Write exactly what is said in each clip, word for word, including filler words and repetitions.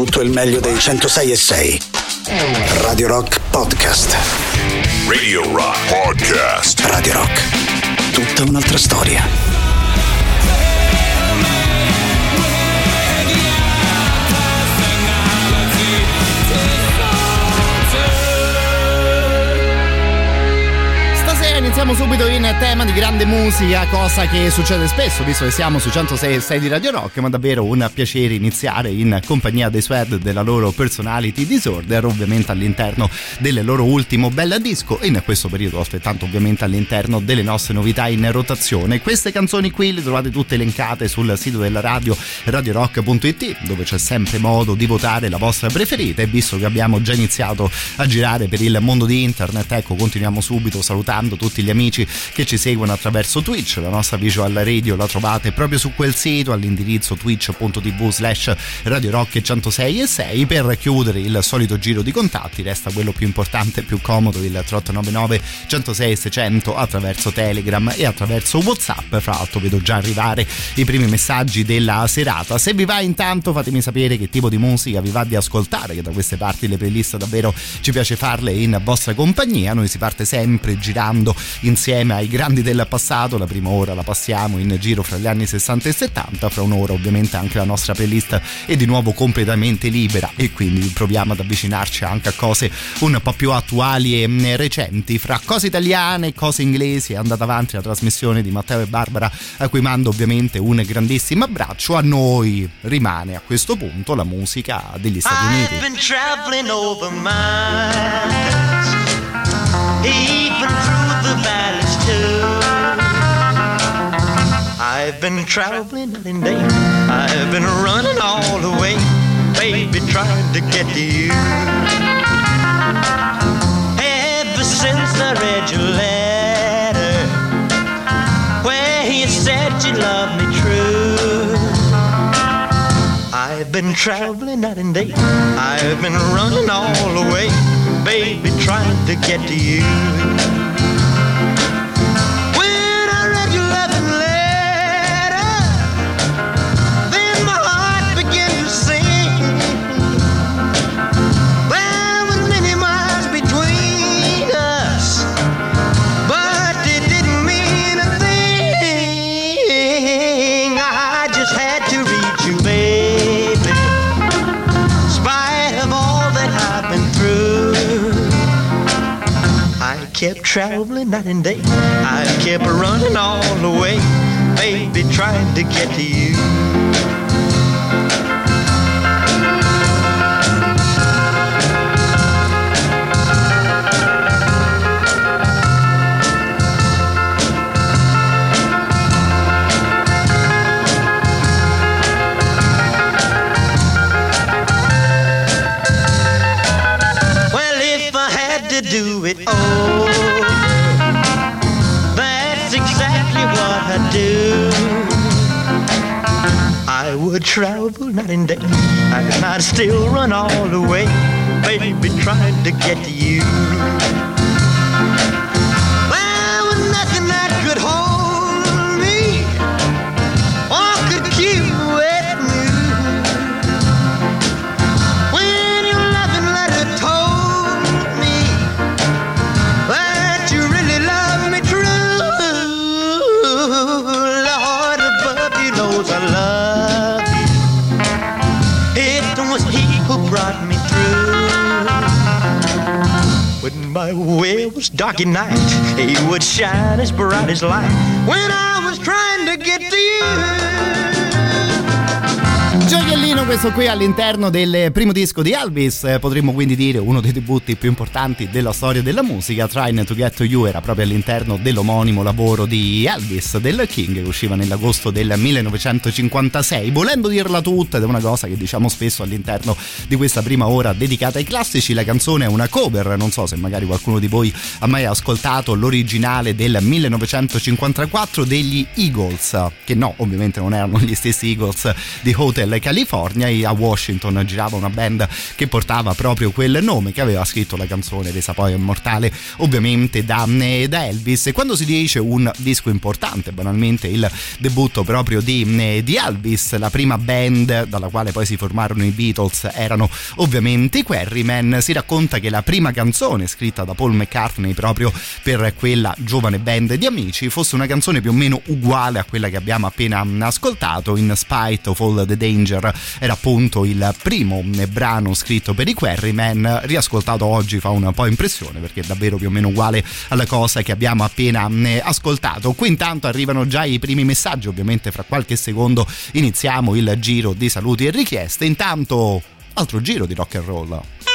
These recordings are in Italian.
tutto il meglio dei centosei e sei. Radio Rock Podcast. Radio Rock Podcast. Radio Rock. Tutta un'altra storia. Iniziamo subito in tema di grande musica, cosa che succede spesso visto che siamo su centosei e sei di Radio Rock, ma davvero un piacere iniziare in compagnia dei Suede della loro Personality Disorder, ovviamente all'interno del loro ultimo bel disco e in questo periodo altrettanto ovviamente all'interno delle nostre novità in rotazione. Queste canzoni qui le trovate tutte elencate sul sito della radio radio rock punto it, dove c'è sempre modo di votare la vostra preferita, e visto che abbiamo già iniziato a girare per il mondo di internet, ecco, continuiamo subito salutando tutti gli amici che ci seguono attraverso Twitch. La nostra visual radio la trovate proprio su quel sito all'indirizzo twitch punto tv slash radio rock centosei e sei. Per chiudere il solito giro di contatti resta quello più importante e più comodo, il tre otto nove nove centosei seicento attraverso Telegram e attraverso WhatsApp. Fra l'altro vedo già arrivare i primi messaggi della serata. Se vi va, intanto fatemi sapere che tipo di musica vi va di ascoltare, che da queste parti le playlist davvero ci piace farle in vostra compagnia. Noi si parte sempre girando insieme ai grandi del passato. La prima ora la passiamo in giro fra gli anni sessanta e settanta, fra un'ora ovviamente anche la nostra playlist è di nuovo completamente libera e quindi proviamo ad avvicinarci anche a cose un po' più attuali e recenti. Fra cose italiane e cose inglesi è andata avanti la trasmissione di Matteo e Barbara, a cui mando ovviamente un grandissimo abbraccio. A noi rimane a questo punto la musica degli Stati Uniti. I've been traveling over miles, even through the valleys too. I've been traveling night and day, I've been running all the way, baby, trying to get to you. Ever since I read your letter, where you said you loved me true, I've been traveling night and day, I've been running all the way, baby, trying to get to you. When I read your loving letter, then my heart began to sing. There were many miles between us, but it didn't mean a thing. I just had to read you, baby, in spite of all that I've been through. I kept traveling night and day, I kept running all the way, baby, trying to get to you. Do it over, that's exactly what I do. I would travel night and day, and I'd still run all the way, baby, trying to get to you. There was nothing that could hold me or could keep with me. When your loving letter told me that you really love me true, Lord above, you knows I love you. It was He who brought me through. When my way was dark at night, He would shine as bright as light when I was trying to get to you. Gioiellino questo qui all'interno del primo disco di Elvis, potremmo quindi dire uno dei debutti più importanti della storia della musica. Trying to Get to You era proprio all'interno dell'omonimo lavoro di Elvis del King, che usciva nell'agosto del millenovecentocinquantasei. Volendo dirla tutta, ed è una cosa che diciamo spesso all'interno di questa prima ora dedicata ai classici, la canzone è una cover. Non so se magari qualcuno di voi ha mai ascoltato l'originale del millenovecentocinquantaquattro degli Eagles, che no, ovviamente non erano gli stessi Eagles di Hotel Glendale, California, e a Washington girava una band che portava proprio quel nome, che aveva scritto la canzone resa poi immortale ovviamente da, da Elvis. E quando si dice un disco importante, banalmente il debutto proprio di, di Elvis, la prima band dalla quale poi si formarono i Beatles erano ovviamente i Quarrymen. Si racconta che la prima canzone scritta da Paul McCartney proprio per quella giovane band di amici fosse una canzone più o meno uguale a quella che abbiamo appena ascoltato, In Spite of All the Danger. Era appunto il primo brano scritto per i Quarrymen, riascoltato oggi fa un po' impressione perché è davvero più o meno uguale alla cosa che abbiamo appena ascoltato. Qui intanto arrivano già i primi messaggi, ovviamente fra qualche secondo iniziamo il giro di saluti e richieste. Intanto altro giro di rock and roll.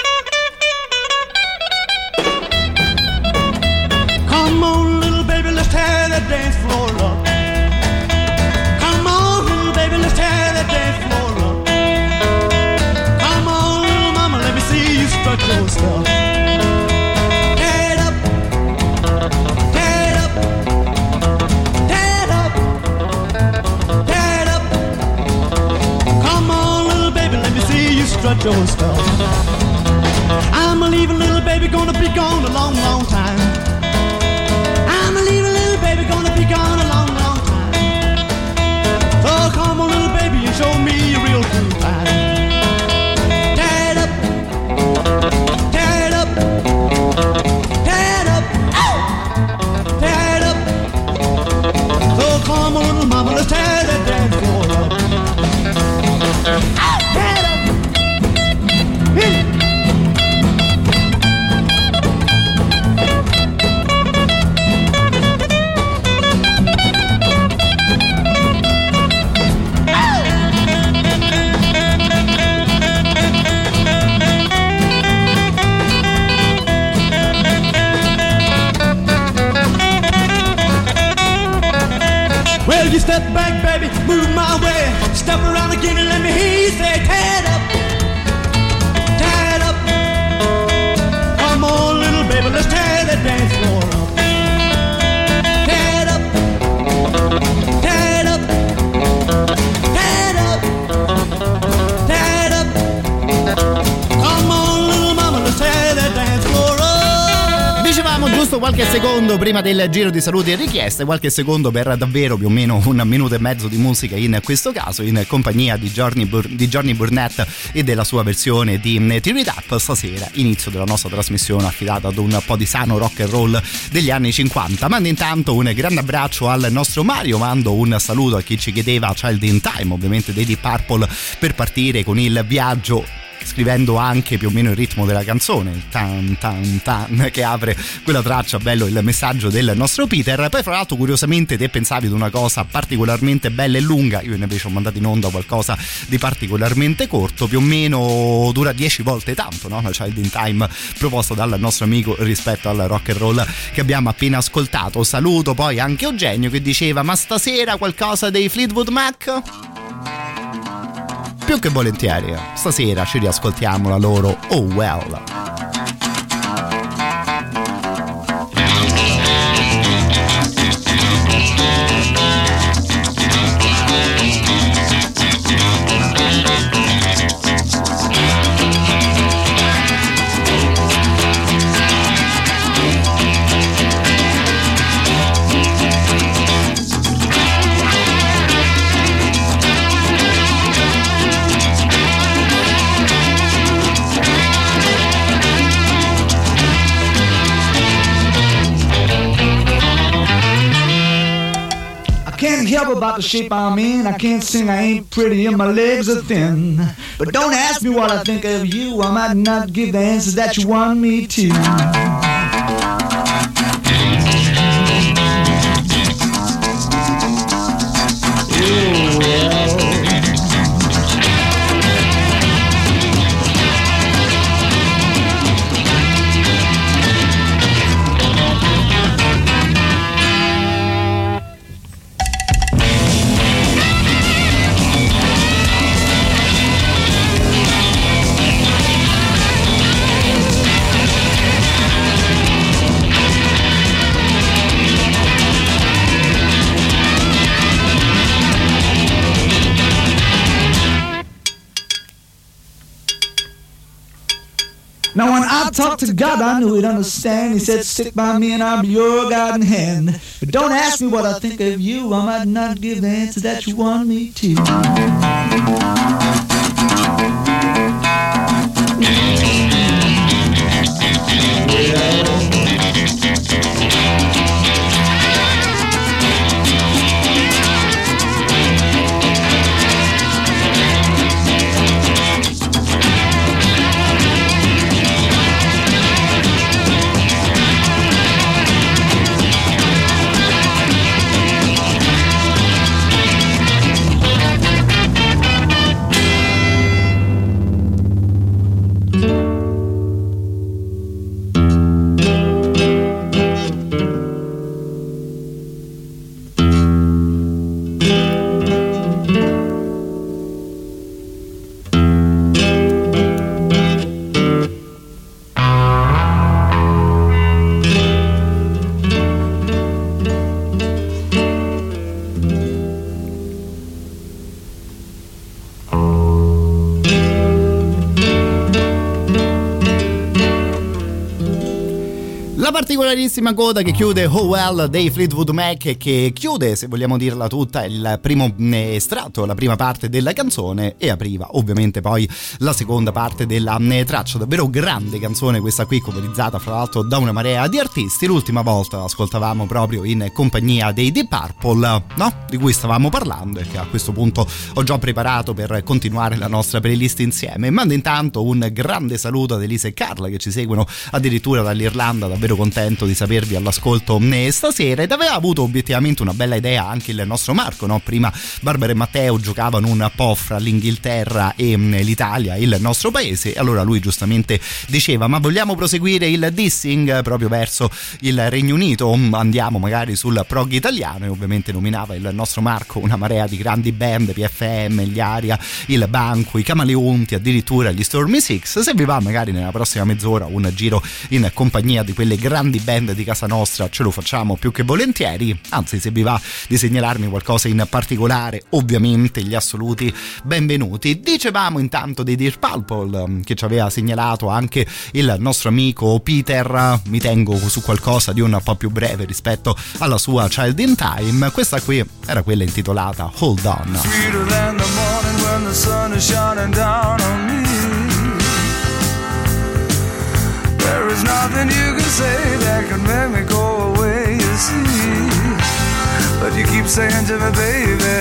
Come on little baby, let's tear that dance floor up. Come on little baby, let's tear that dance floor up. Come on little mama, let me see you strut your stuff. Tear it up, tear it up, tear it up, tear it up. Come on little baby, let me see you strut your stuff. I'm a leaving little baby, gonna be gone a long, long time. I'm a leaving little baby, gonna be gone a long, long time. So come on little baby and show me a real cool time. Tear it up, tear it up, tear it up, oh! Tear it up. So come on little mama, let's tear that dance floor up. Oh! Tear it up. Hey. Well, you step back, baby, move my way. Step around again and let me hear you say, tear it up, tear it up. Come on, little baby, let's tear that dance floor up. Tear it up, tear it up, tear it up, tear it up. Come on, little mama, let's tear that dance floor up. Dicevamo giusto qualche secondo prima del giro di saluti e richieste, qualche secondo per davvero più o meno un minuto e mezzo di musica in questo caso, in compagnia di Johnny, Bur- di Johnny Burnett e della sua versione di Tear It Up. Stasera inizio della nostra trasmissione affidata ad un po' di sano rock and roll degli anni cinquanta. Mando intanto un grande abbraccio al nostro Mario, mando un saluto a chi ci chiedeva Child in Time, ovviamente dei Deep Purple, per partire con il viaggio, scrivendo anche più o meno il ritmo della canzone, il tan tan tan che apre quella traccia. Bello il messaggio del nostro Peter. Poi fra l'altro curiosamente te pensavi ad una cosa particolarmente bella e lunga, io invece ho mandato in onda qualcosa di particolarmente corto, più o meno dura dieci volte tanto, no? La Child in Time proposta dal nostro amico rispetto al rock and roll che abbiamo appena ascoltato. Saluto poi anche Eugenio che diceva: ma stasera qualcosa dei Fleetwood Mac? Più che volentieri, stasera ci riascoltiamo la loro Oh Well. Can't help about the shape I'm in. I can't sing, I ain't pretty, and my legs are thin. But don't ask me what I think of you. I might not give the answers that you want me to. Now when I talk to God, I knew he'd understand. He said, stick by me and I'll be your guiding hand. But don't ask me what I think of you. I might not give the answer that you want me to. Particolarissima coda che chiude Oh Well dei Fleetwood Mac e che chiude, se vogliamo dirla tutta, il primo estratto, la prima parte della canzone, e apriva ovviamente poi la seconda parte della traccia. Davvero grande canzone questa qui, coverizzata fra l'altro da una marea di artisti. L'ultima volta l'ascoltavamo proprio in compagnia dei Deep Purple, no? Di cui stavamo parlando e che a questo punto ho già preparato per continuare la nostra playlist insieme. Mando intanto un grande saluto ad Elisa e Carla che ci seguono addirittura dall'Irlanda, davvero contento di sapervi all'ascolto stasera. Ed aveva avuto obiettivamente una bella idea anche il nostro Marco, no? Prima Barbara e Matteo giocavano un po' fra l'Inghilterra e l'Italia, il nostro paese, e allora lui giustamente diceva: ma vogliamo proseguire il dissing proprio verso il Regno Unito? Andiamo magari sul prog italiano, e ovviamente nominava il nostro Marco una marea di grandi band, P F M, gli Aria, il Banco, i Camaleonti, addirittura gli Stormy Six. Se vi va magari nella prossima mezz'ora un giro in compagnia di quelle grandi band di casa nostra ce lo facciamo più che volentieri. Anzi, se vi va di segnalarmi qualcosa in particolare, ovviamente gli assoluti benvenuti. Dicevamo intanto dei Deep Purple, che ci aveva segnalato anche il nostro amico Peter. Mi tengo su qualcosa di un po' più breve rispetto alla sua Child in Time. Questa qui era quella intitolata Hold On. Sweeter than the morning when the sun is shining down on me. There is nothing you can say that can make me go away, you see. But you keep saying to me, baby,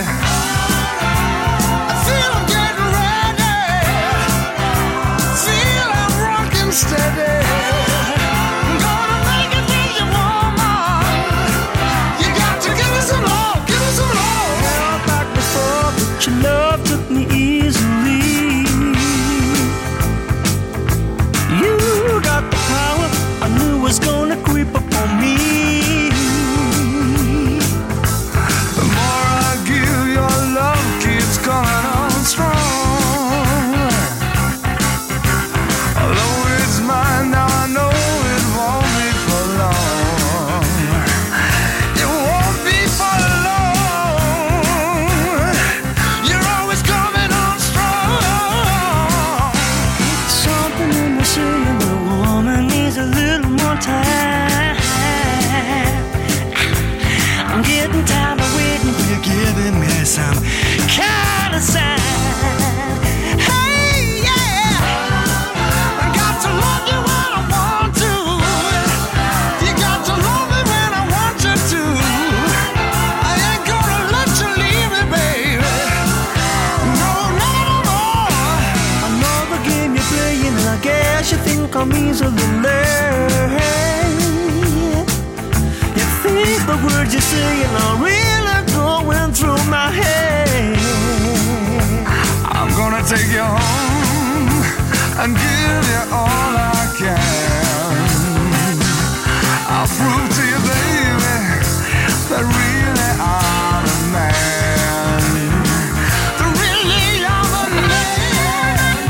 I feel I'm getting ready. Feel I'm rocking steady. I'm gonna make it with you, woman. You got to give me some love, give me some love. Held back before, but your love took me easily. You got the power I knew was gonna creep up on me. The more I give, your love keeps coming on strong. Although it's mine now, I know it won't be for long. It won't be for long. You're always coming on strong. Something in the saying the woman needs a little more time. I'm getting tired of waiting for you giving me some kind of sign. Hey, yeah, I got to love you when I want to. You got to love me when I want you to. I ain't gonna let you leave me, baby. No, not no more. Another game you're playing, and I guess you think I'm easily led. You think the words you're saying are really going through my head. I'm gonna take you home and give you all I can. I'll prove to you, baby, that really I'm a man. That really I'm a man.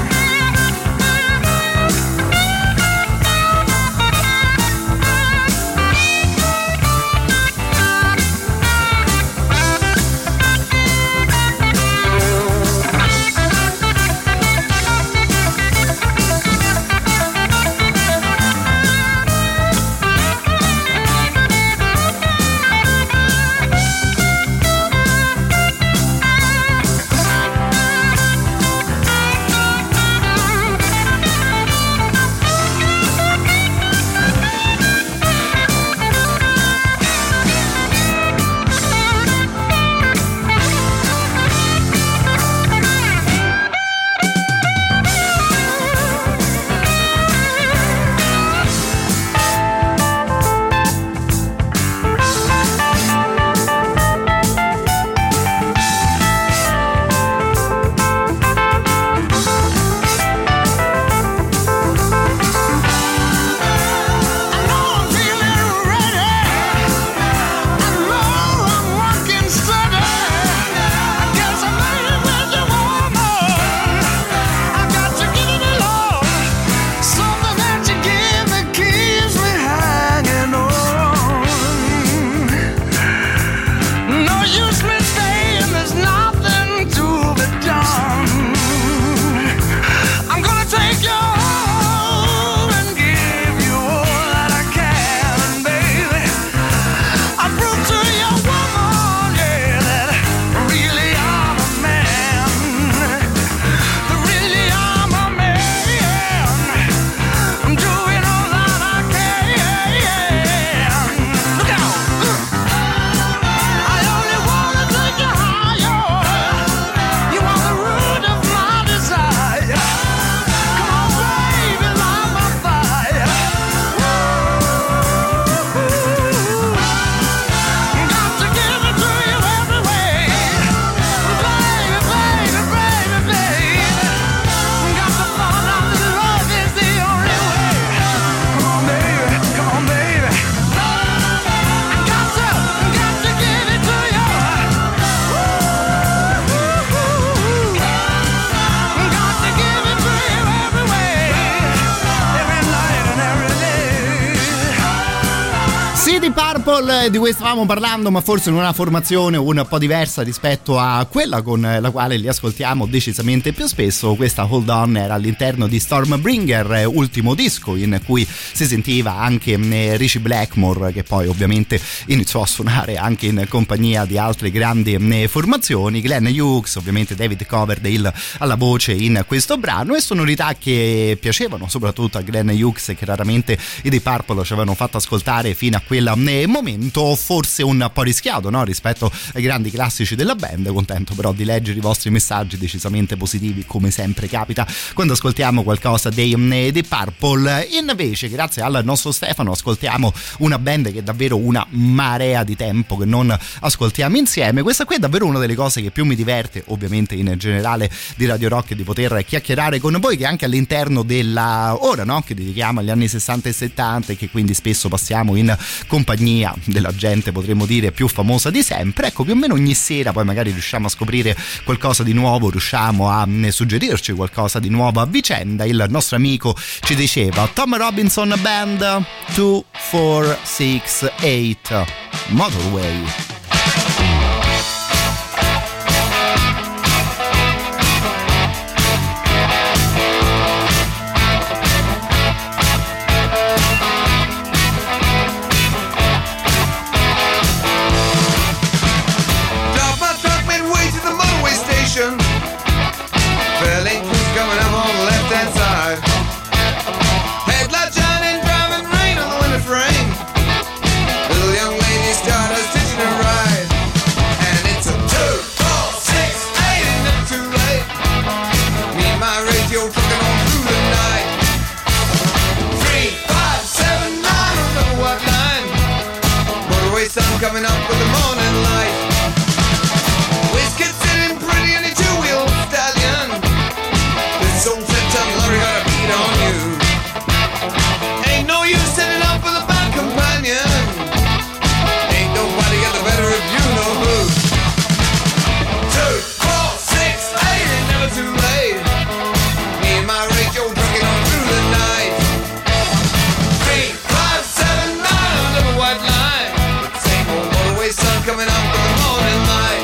Purple, di cui stavamo parlando, ma forse in una formazione un po' diversa rispetto a quella con la quale li ascoltiamo decisamente più spesso. Questa Hold On era all'interno di Stormbringer, ultimo disco in cui si sentiva anche Ritchie Blackmore, che poi ovviamente iniziò a suonare anche in compagnia di altre grandi formazioni. Glenn Hughes, ovviamente David Coverdale alla voce in questo brano, e sonorità che piacevano soprattutto a Glenn Hughes, che raramente i Deep Purple ci avevano fatto ascoltare fino a quel momento, forse un po' rischiato, no? Rispetto ai grandi classici della band. Contento però di leggere i vostri messaggi decisamente positivi, come sempre capita quando ascoltiamo qualcosa dei Deep Purple. Invece, grazie al nostro Stefano, ascoltiamo una band che è davvero una marea di tempo che non ascoltiamo insieme. Questa qui è davvero una delle cose che più mi diverte, ovviamente in generale di Radio Rock, di poter chiacchierare con voi, che anche all'interno della ora, no? Che dedichiamo agli anni sessanta e settanta, e che quindi spesso passiamo in compagnia della gente, potremmo dire, più famosa di sempre. Ecco, più o meno ogni sera poi magari riusciamo a scoprire qualcosa di nuovo, riusciamo a suggerirci qualcosa di nuovo a vicenda. Il nostro amico ci diceva Tom Robinson Band due quattro sei otto Motorway. Fairlane crews coming up on the left-hand side. Headlight shining, driving rain on the window frame. Little young lady started stitching her ride. And it's a two, four, six, eight, ain't never too late. Me and my radio trucking on through the night. Three, five, seven, nine, I don't know what line. Motorway sun coming up with the morning light. Whiskey sitting pretty in a two-wheel stallion. This old ten-ton lorry got a beat on you. Ain't no use setting up with a bad companion. Ain't nobody got the better of you, no who. Two, four, six, eight, ain't never too late. Me and my radio trucking on through the night. Three, five, seven, nine, on the white line. The same old motorway sun coming up with the morning light.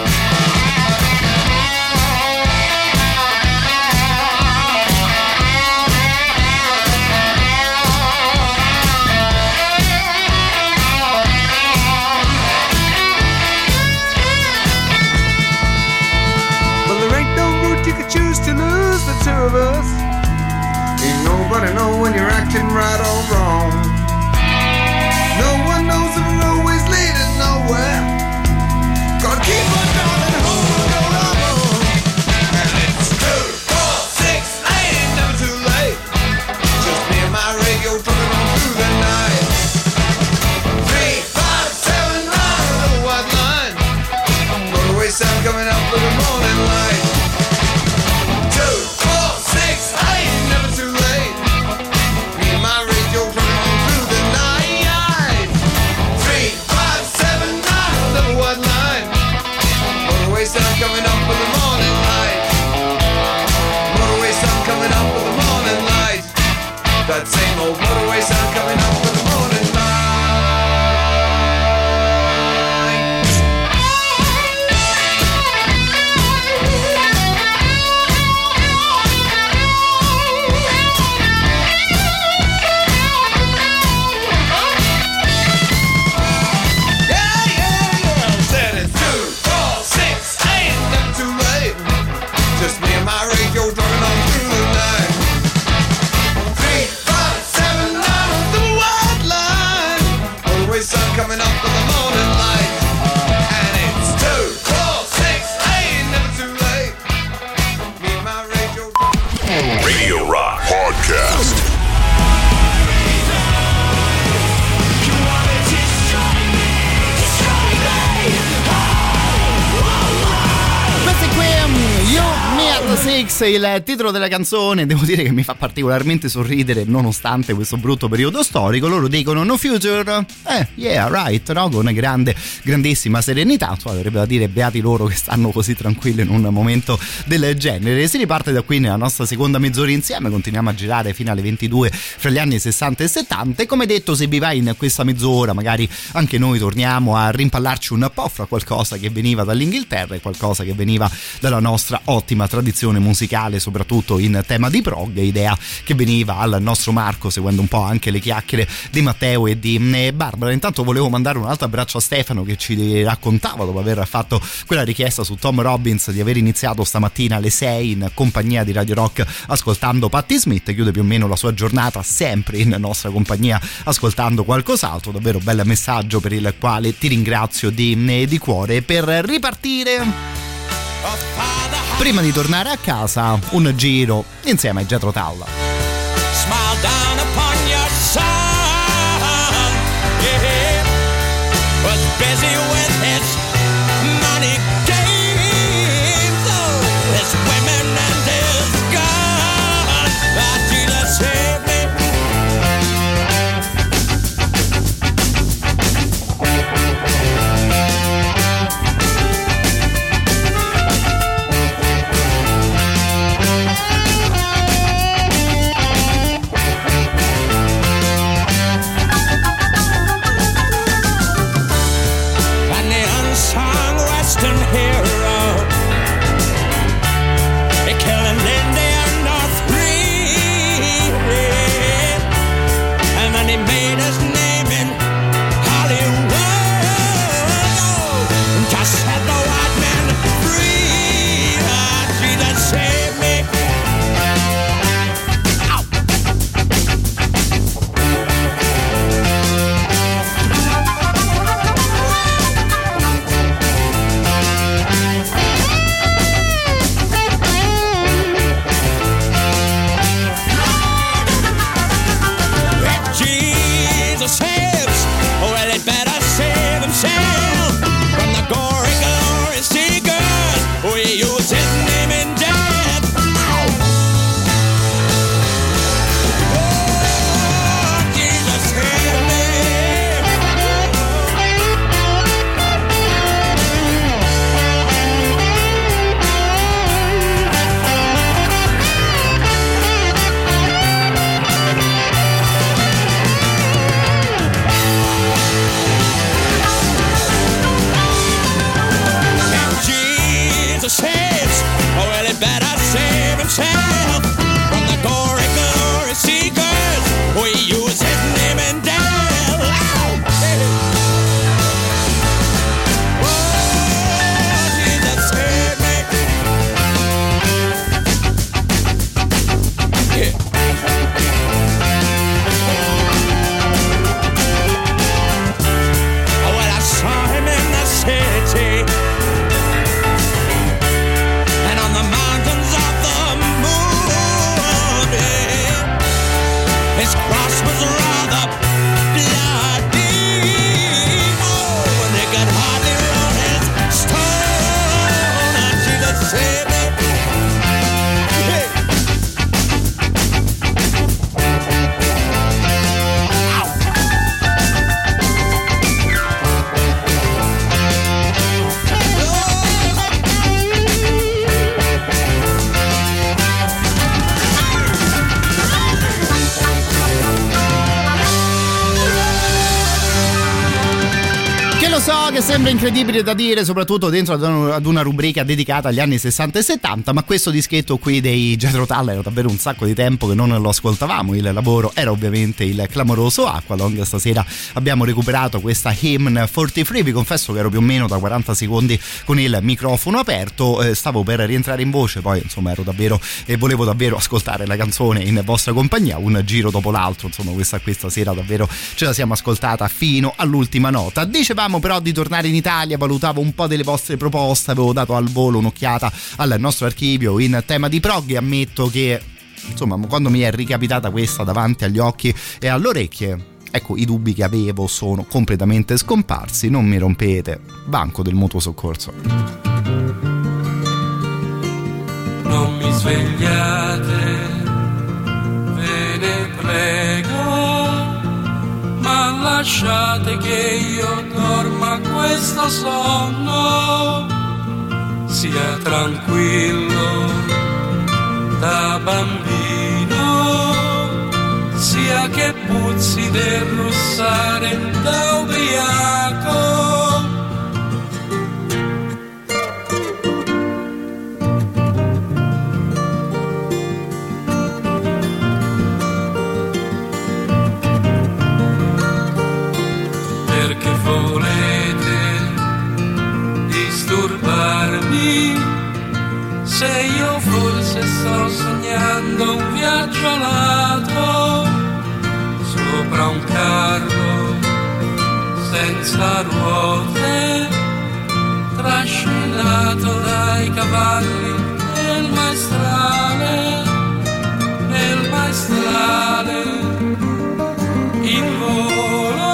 To lose the two of us. Ain't nobody know when you're acting right or wrong. No one knows if the roadway's leading nowhere. Gotta keep on driving home and go on. And it's two, four, six, eight, ain't never too late. Just me and my radio trucking on through the night. Three, five, seven, nine, another white line. Motorway sound coming up with the morning light. Coming up with the morning light. Motorway sun coming up with the morning light. That same old motorway sun coming up with the morning light. My radio driving on through the night. Three, five, seven, nine, the white line. Always sun coming up with the morning light. And it's two, four, six, eight, never too late. Me and my radio. Radio Rock Podcast. Six, il titolo della canzone, devo dire che mi fa particolarmente sorridere nonostante questo brutto periodo storico. Loro dicono no future, eh yeah right, no? Con grande, grandissima serenità, insomma avrebbe da dire beati loro che stanno così tranquilli in un momento del genere. Si riparte da qui nella nostra seconda mezz'ora insieme, continuiamo a girare fino alle ventidue fra gli anni sessanta e settanta e come detto se vi va in questa mezz'ora magari anche noi torniamo a rimpallarci un po' fra qualcosa che veniva dall'Inghilterra e qualcosa che veniva dalla nostra ottima tradizione musicale, soprattutto in tema di prog, idea che veniva al nostro Marco seguendo un po' anche le chiacchiere di Matteo e di Barbara. Intanto volevo mandare un altro abbraccio a Stefano che ci raccontava, dopo aver fatto quella richiesta su Tom Robbins, di aver iniziato stamattina alle sei in compagnia di Radio Rock ascoltando Patti Smith. Chiude più o meno la sua giornata sempre in nostra compagnia ascoltando qualcos'altro. Davvero bel messaggio per il quale ti ringrazio di, di cuore. Per ripartire, prima di tornare a casa, un giro insieme a Jethro Tull. Smile down upon your son, yeah, was busy with his money games, oh, his women and his guns. But Jesus saved me. Sembra incredibile da dire, soprattutto dentro ad una rubrica dedicata agli anni sessanta e settanta, ma questo dischetto qui dei Jethro Tull era davvero un sacco di tempo che non lo ascoltavamo. Il lavoro era ovviamente il clamoroso Aqualung. Stasera abbiamo recuperato questa Hymn quarantatré. Vi confesso che ero più o meno da quaranta secondi con il microfono aperto, eh, stavo per rientrare in voce, poi insomma ero davvero e eh, volevo davvero ascoltare la canzone in vostra compagnia, un giro dopo l'altro. Insomma, questa questa sera davvero ce la siamo ascoltata fino all'ultima nota. Dicevamo però di tornare in Italia, valutavo un po' delle vostre proposte, avevo dato al volo un'occhiata al nostro archivio in tema di prog e ammetto che insomma quando mi è ricapitata questa davanti agli occhi e alle orecchie, ecco, i dubbi che avevo sono completamente scomparsi. Non mi rompete, banco del mutuo soccorso. Non mi svegliate, ve ne prego, ma lasciate che io dorma questo sonno, sia tranquillo da bambino, sia che puzzi del russare da ubriaco. Se io forse sto sognando un viaggio alato sopra un carro senza ruote, trascinato dai cavalli nel maestrale, nel maestrale in volo.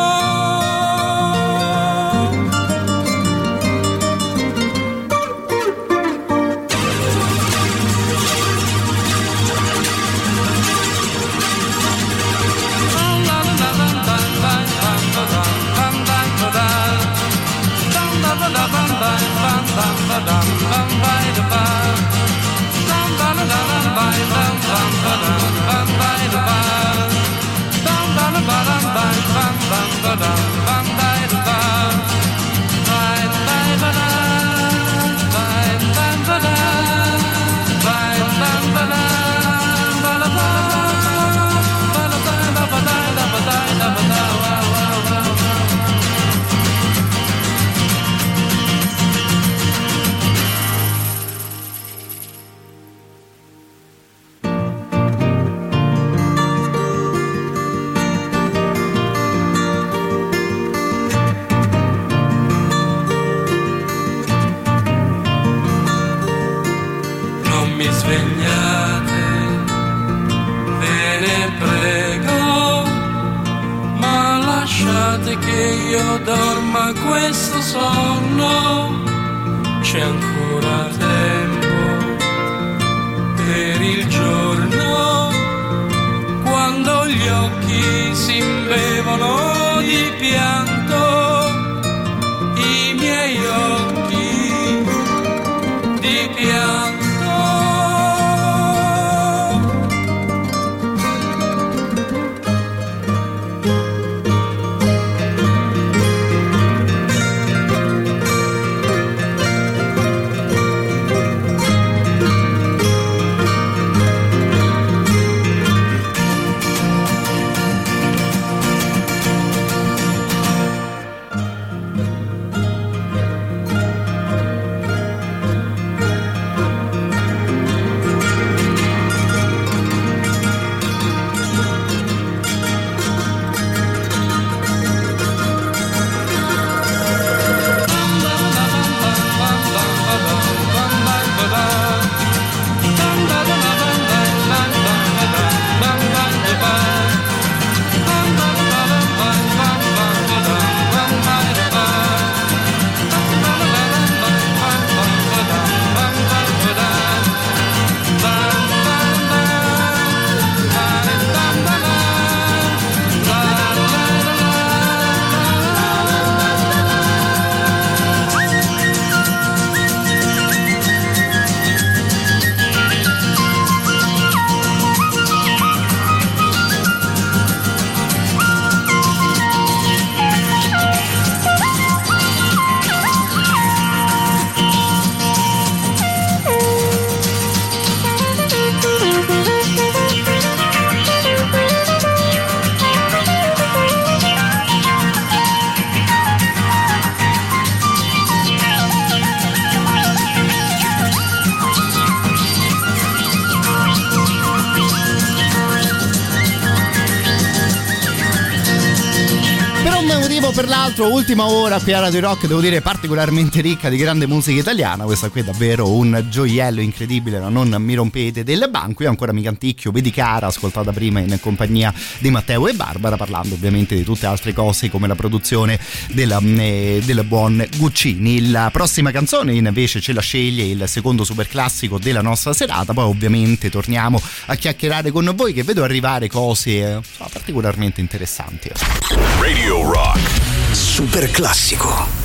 Dorma questo sonno, c'è ancora tempo per il giorno, quando gli occhi si imbevono di pianto, i miei occhi di pianto. motivo o per l'altro, ultima ora qui a Radio Rock, devo dire particolarmente ricca di grande musica italiana. Questa qui è davvero un gioiello incredibile, no? Non mi rompete del banco. Io ancora mi canticchio Vedi cara, ascoltata prima in compagnia di Matteo e Barbara, parlando ovviamente di tutte altre cose come la produzione della, eh, del buon Guccini. La prossima canzone invece ce la sceglie il secondo super classico della nostra serata. Poi ovviamente torniamo a chiacchierare con voi, che vedo arrivare cose eh, particolarmente interessanti. Radio Rock Super classico.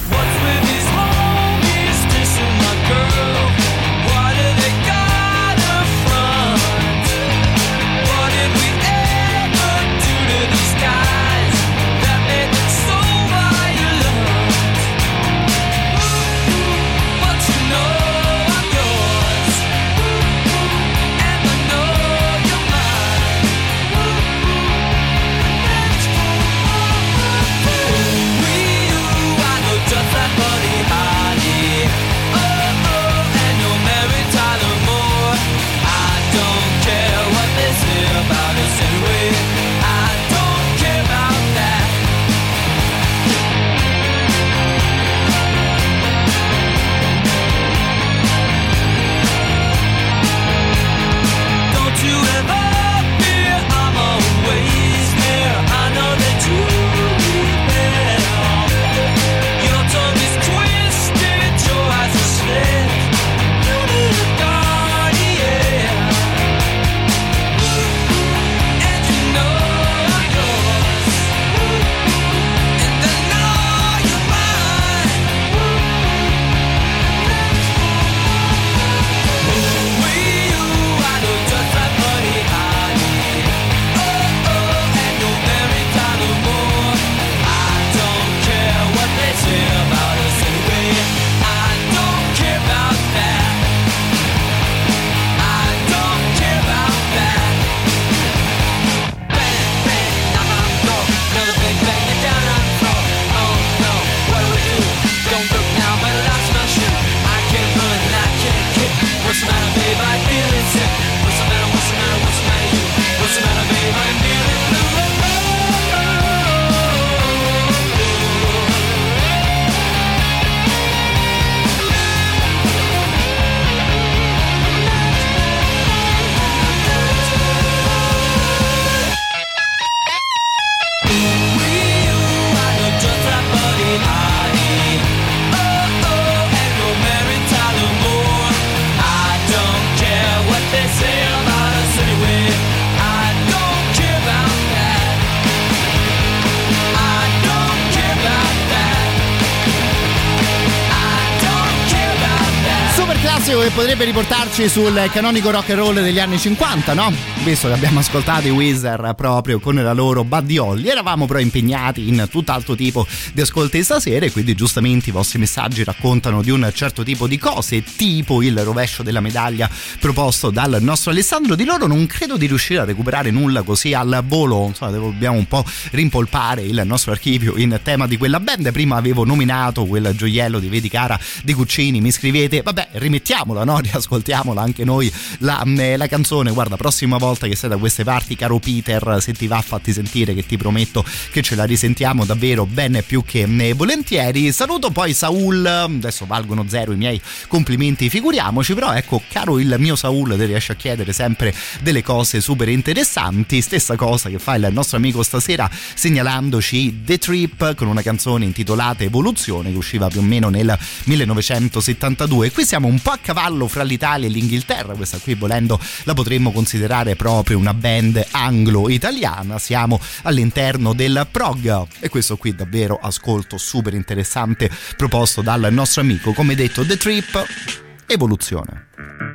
Che potrebbe riportarci sul canonico rock and roll degli anni cinquanta, no? Visto che abbiamo ascoltato i Weezer proprio con la loro Buddy Holly. Eravamo però impegnati in tutt'altro tipo di ascolti stasera, e quindi giustamente i vostri messaggi raccontano di un certo tipo di cose, tipo il rovescio della medaglia proposto dal nostro Alessandro. Di loro non credo di riuscire a recuperare nulla così al volo, insomma dobbiamo un po' rimpolpare il nostro archivio in tema di quella band. Prima avevo nominato quel gioiello di Vedi cara di Guccini, mi scrivete vabbè rimettiamola, no? Riascoltiamola anche noi la, la canzone. Guarda, prossima volta che sei da queste parti, caro Peter, se ti va fatti sentire, che ti prometto che ce la risentiamo davvero ben più che volentieri. Saluto poi Saul, adesso valgono zero i miei complimenti, figuriamoci, però ecco, caro il mio Saul, ti riesce a chiedere sempre delle cose super interessanti. Stessa cosa che fa il nostro amico stasera segnalandoci The Trip con una canzone intitolata Evoluzione, che usciva più o meno nel millenovecentosettantadue. Qui siamo un po' a cavallo fra l'Italia e l'Inghilterra, questa qui volendo la potremmo considerare proprio una band anglo-italiana. Siamo all'interno del prog, e questo qui davvero ascolto super interessante proposto dal nostro amico, come detto, The Trip, Evoluzione.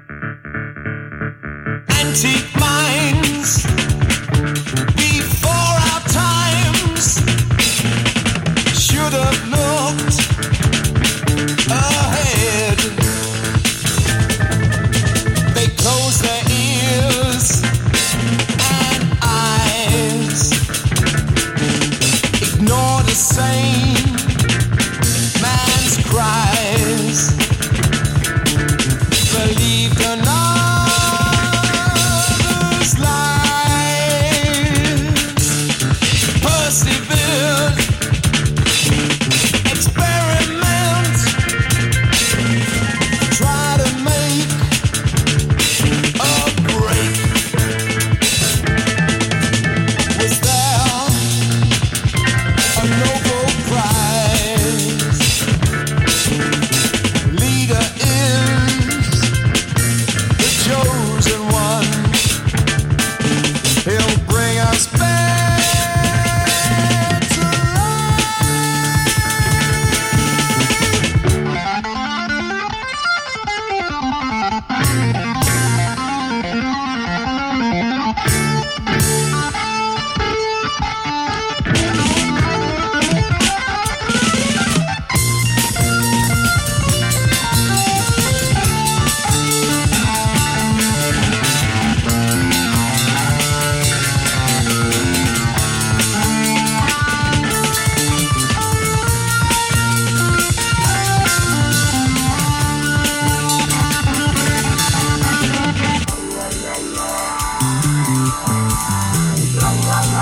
Antique minds before our times should have looked ahead. They close their ears and eyes, ignore the same man's cries, believed another's lies, persevered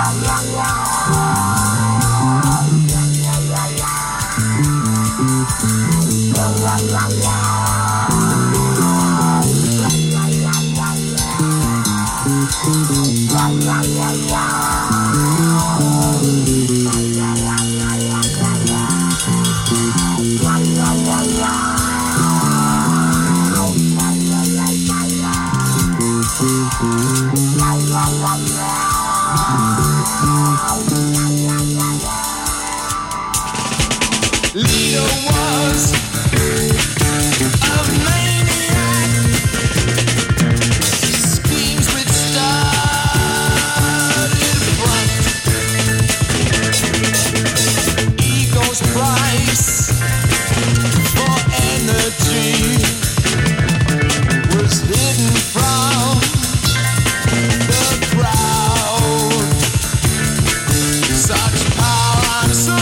Leo was a maniac. Schemes which started front. Ego's price for energy was hidden from the crowd. Such power, I'm so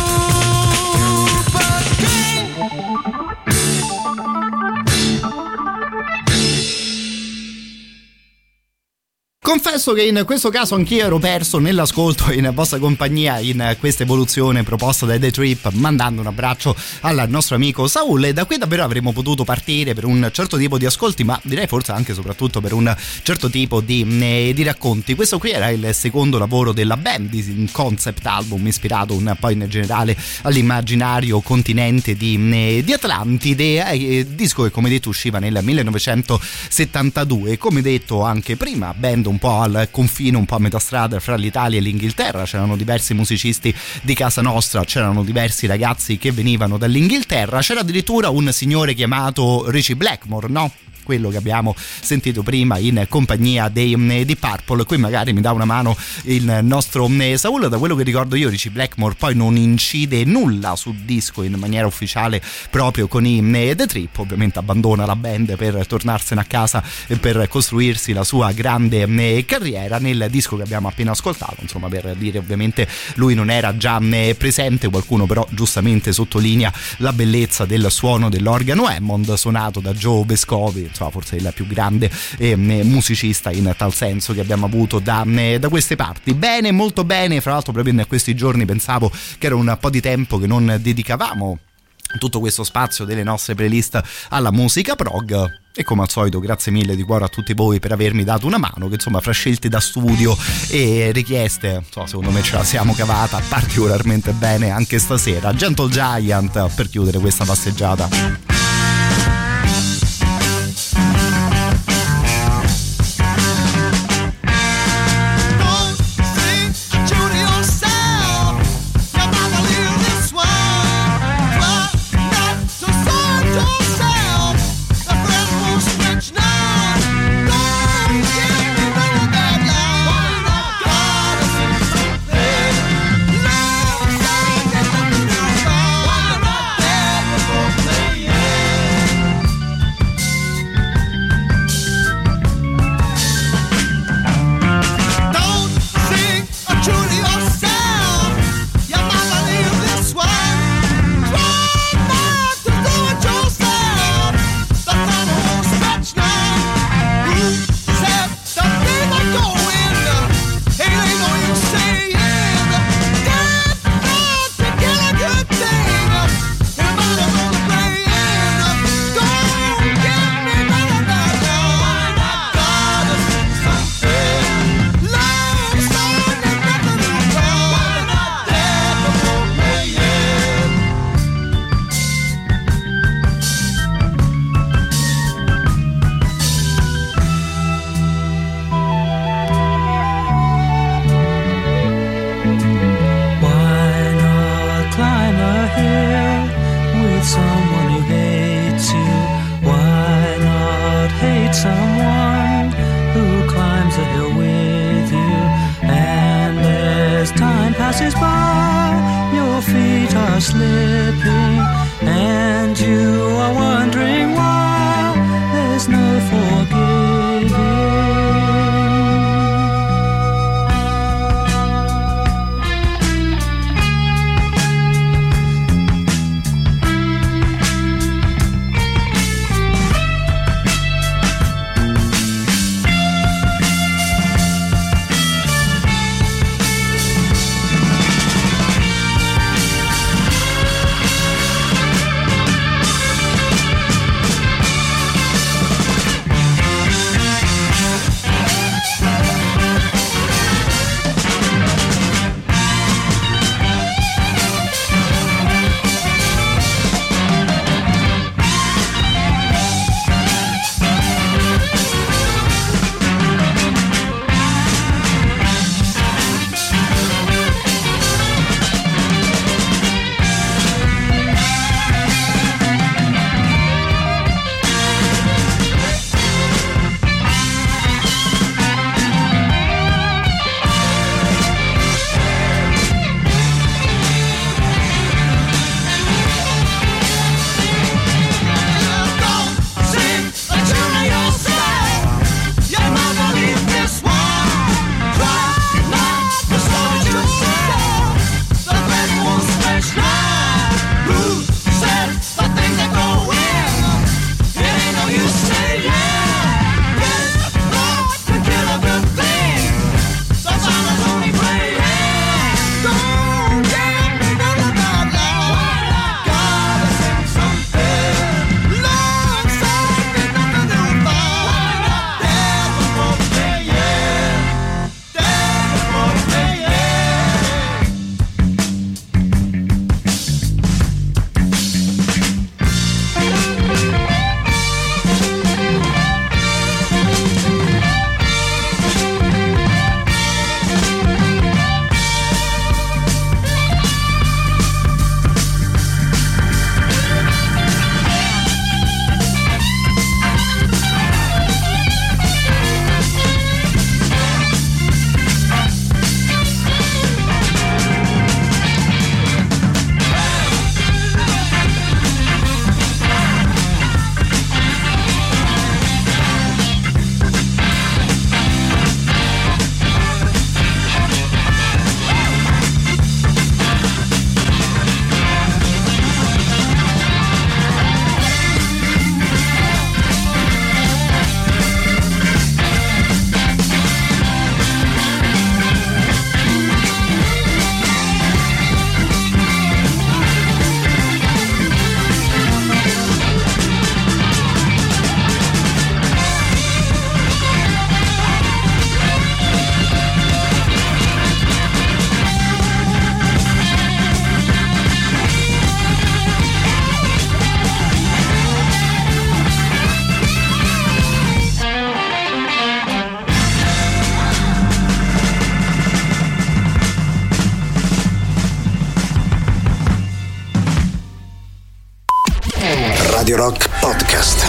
Confesso che in questo caso anch'io ero perso nell'ascolto in vostra compagnia in questa evoluzione proposta dai The Trip, mandando un abbraccio al nostro amico Saul, e da qui davvero avremmo potuto partire per un certo tipo di ascolti, ma direi forse anche e soprattutto per un certo tipo di, eh, di racconti. Questo qui era il secondo lavoro della band, un concept album ispirato un po' in generale all'immaginario continente di, eh, di Atlantide, eh, disco che come detto usciva nel millenovecentosettantadue, come detto anche prima, band un po' al confine, un po' a metà strada fra l'Italia e l'Inghilterra. C'erano diversi musicisti di casa nostra, c'erano diversi ragazzi che venivano dall'Inghilterra, c'era addirittura un signore chiamato Richie Blackmore, no? Quello che abbiamo sentito prima in compagnia dei di Purple. Qui magari mi dà una mano il nostro Saul. Da quello che ricordo io, Richie Blackmore poi non incide nulla sul disco in maniera ufficiale proprio con i The Trip, ovviamente abbandona la band per tornarsene a casa e per costruirsi la sua grande carriera. Nel disco che abbiamo appena ascoltato, insomma, per dire, ovviamente lui non era già presente. Qualcuno però giustamente sottolinea la bellezza del suono dell'organo Hammond suonato da Joe Vescovi, insomma, forse il più grande eh, musicista in tal senso che abbiamo avuto da, eh, da queste parti. Bene, molto bene. Fra l'altro proprio in questi giorni pensavo che era un po' di tempo che non dedicavamo tutto questo spazio delle nostre playlist alla musica prog, e come al solito grazie mille di cuore a tutti voi per avermi dato una mano, che insomma fra scelte da studio e richieste, insomma, secondo me ce la siamo cavata particolarmente bene anche stasera. Gentle Giant per chiudere questa passeggiata. Radio Rock Podcast.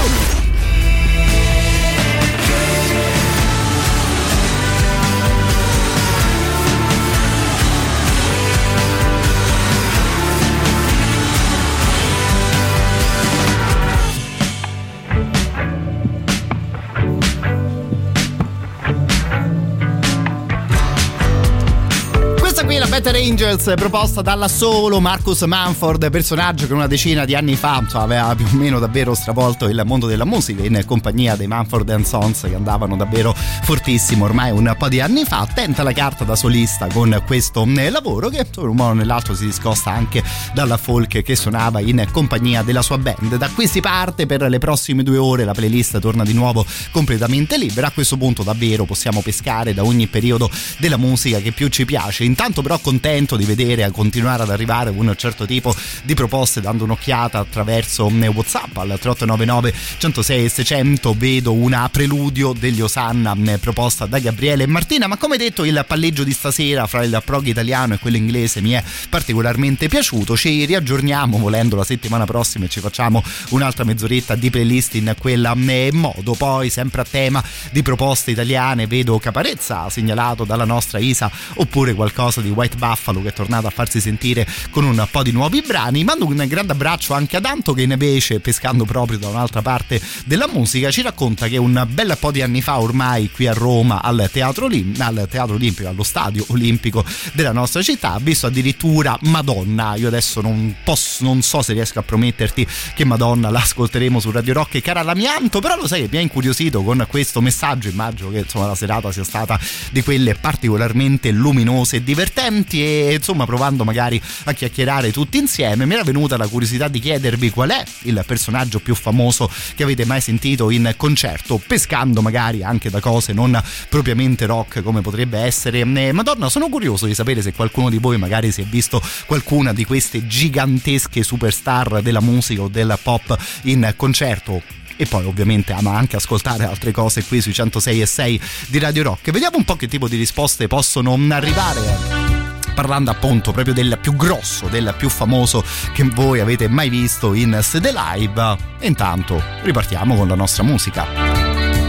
Better Angels, proposta dalla solo Marcus Mumford, personaggio che una decina di anni fa insomma, aveva più o meno davvero stravolto il mondo della musica in compagnia dei Mumford and Sons, che andavano davvero fortissimo ormai un po' di anni fa. Tenta la carta da solista con questo lavoro che in un modo o nell'altro si discosta anche dalla folk che suonava in compagnia della sua band. Da qui si parte per le prossime due ore, la playlist torna di nuovo completamente libera. A questo punto davvero possiamo pescare da ogni periodo della musica che più ci piace. Intanto però contento di vedere a continuare ad arrivare un certo tipo di proposte, dando un'occhiata attraverso WhatsApp al tre otto nove nove uno zero sei seicento. Vedo una preludio degli Osanna proposta da Gabriele e Martina, ma come detto il palleggio di stasera fra il prog italiano e quello inglese mi è particolarmente piaciuto. Ci riaggiorniamo volendo la settimana prossima e ci facciamo un'altra mezz'oretta di playlist in quella modo. Poi sempre a tema di proposte italiane vedo Caparezza segnalato dalla nostra Isa, oppure qualcosa di White Buffalo che è tornato a farsi sentire con un po' di nuovi brani. Mando un grande abbraccio anche ad Anto che invece, pescando proprio da un'altra parte della musica, ci racconta che un bel po' di anni fa ormai qui a Roma al Teatro, Olim- al Teatro Olimpico, allo Stadio Olimpico della nostra città, ha visto addirittura Madonna. Io adesso non posso, non so se riesco a prometterti che Madonna la ascolteremo su Radio Rock e cara l'amianto, però lo sai che mi ha incuriosito con questo messaggio. Immagino che insomma la serata sia stata di quelle particolarmente luminose e divertenti, e insomma provando magari a chiacchierare tutti insieme mi era venuta la curiosità di chiedervi qual è il personaggio più famoso che avete mai sentito in concerto, pescando magari anche da cose non propriamente rock come potrebbe essere Madonna. Sono curioso di sapere se qualcuno di voi magari si è visto qualcuna di queste gigantesche superstar della musica o del pop in concerto, e poi ovviamente ama anche ascoltare altre cose qui sui centosei e sei di Radio Rock. Vediamo un po' che tipo di risposte possono arrivare, parlando appunto proprio del più grosso, del più famoso che voi avete mai visto in sede live. E intanto ripartiamo con la nostra musica.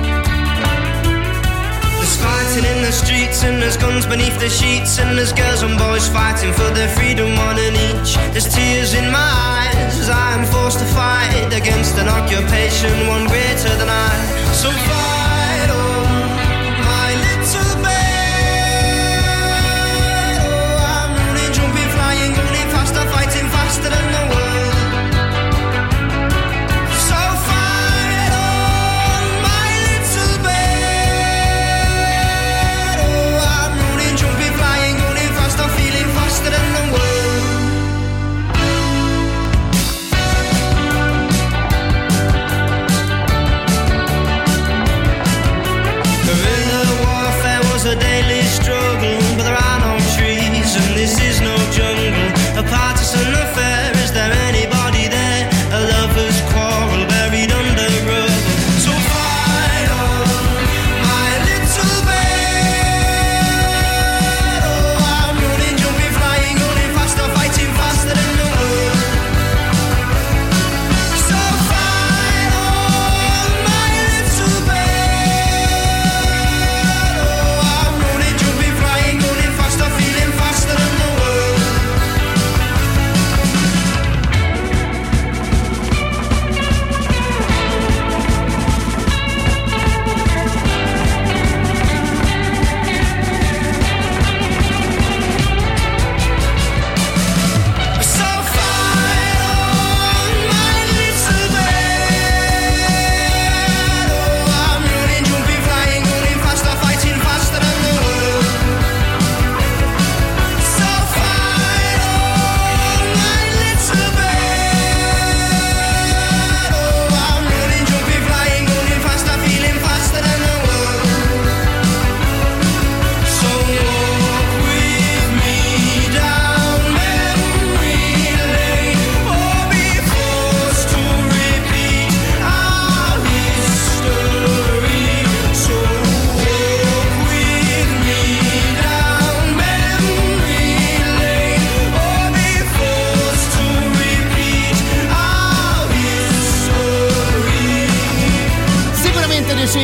Fighting in the streets and there's guns beneath the sheets and there's girls and boys fighting for their freedom, one and each. There's tears in my eyes as I am forced to fight against an occupation one greater than I. So fight on, my little babe. Oh, I'm running, jumping, flying, running faster, fighting faster than the world.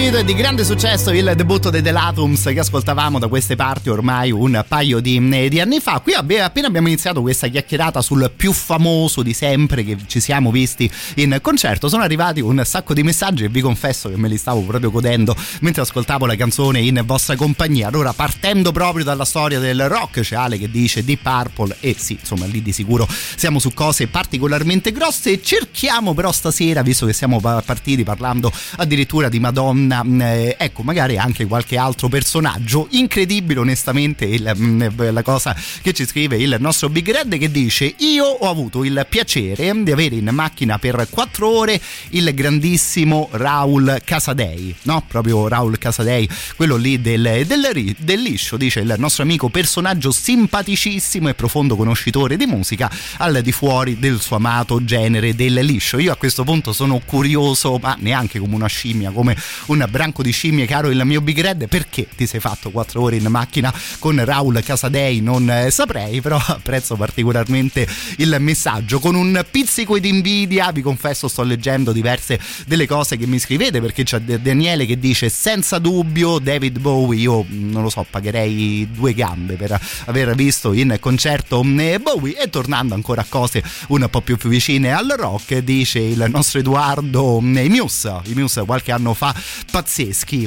Street, di grande successo il debutto dei Delatums che ascoltavamo da queste parti ormai un paio di, di anni fa. Qui abbe, appena abbiamo iniziato questa chiacchierata sul più famoso di sempre che ci siamo visti in concerto, sono arrivati un sacco di messaggi e vi confesso che me li stavo proprio godendo mentre ascoltavo la canzone in vostra compagnia. Allora, partendo proprio dalla storia del rock, c'è Ale che dice Deep Purple, e sì, insomma lì di sicuro siamo su cose particolarmente grosse. Cerchiamo però stasera, visto che siamo partiti parlando addirittura di Madonna, eh, ecco, magari anche qualche altro personaggio incredibile. Onestamente il, la cosa che ci scrive il nostro Big Red, che dice: io ho avuto il piacere di avere in macchina per quattro ore il grandissimo Raul Casadei, no? Proprio Raul Casadei, quello lì del, del, del liscio, dice il nostro amico, personaggio simpaticissimo e profondo conoscitore di musica al di fuori del suo amato genere del liscio. Io a questo punto sono curioso, ma neanche come una scimmia, come un branco di scimmie, caro il mio Big Red, perché ti sei fatto quattro ore in macchina con Raul Casadei? Non eh, saprei, però apprezzo particolarmente il messaggio. Con un pizzico di invidia, vi confesso, sto leggendo diverse delle cose che mi scrivete, perché c'è Daniele che dice: senza dubbio David Bowie, io non lo so, pagherei due gambe per aver visto in concerto Bowie. E tornando ancora a cose un po' più vicine al rock, dice il nostro Edoardo, i Muse, i Muse qualche anno fa, pazzeschi.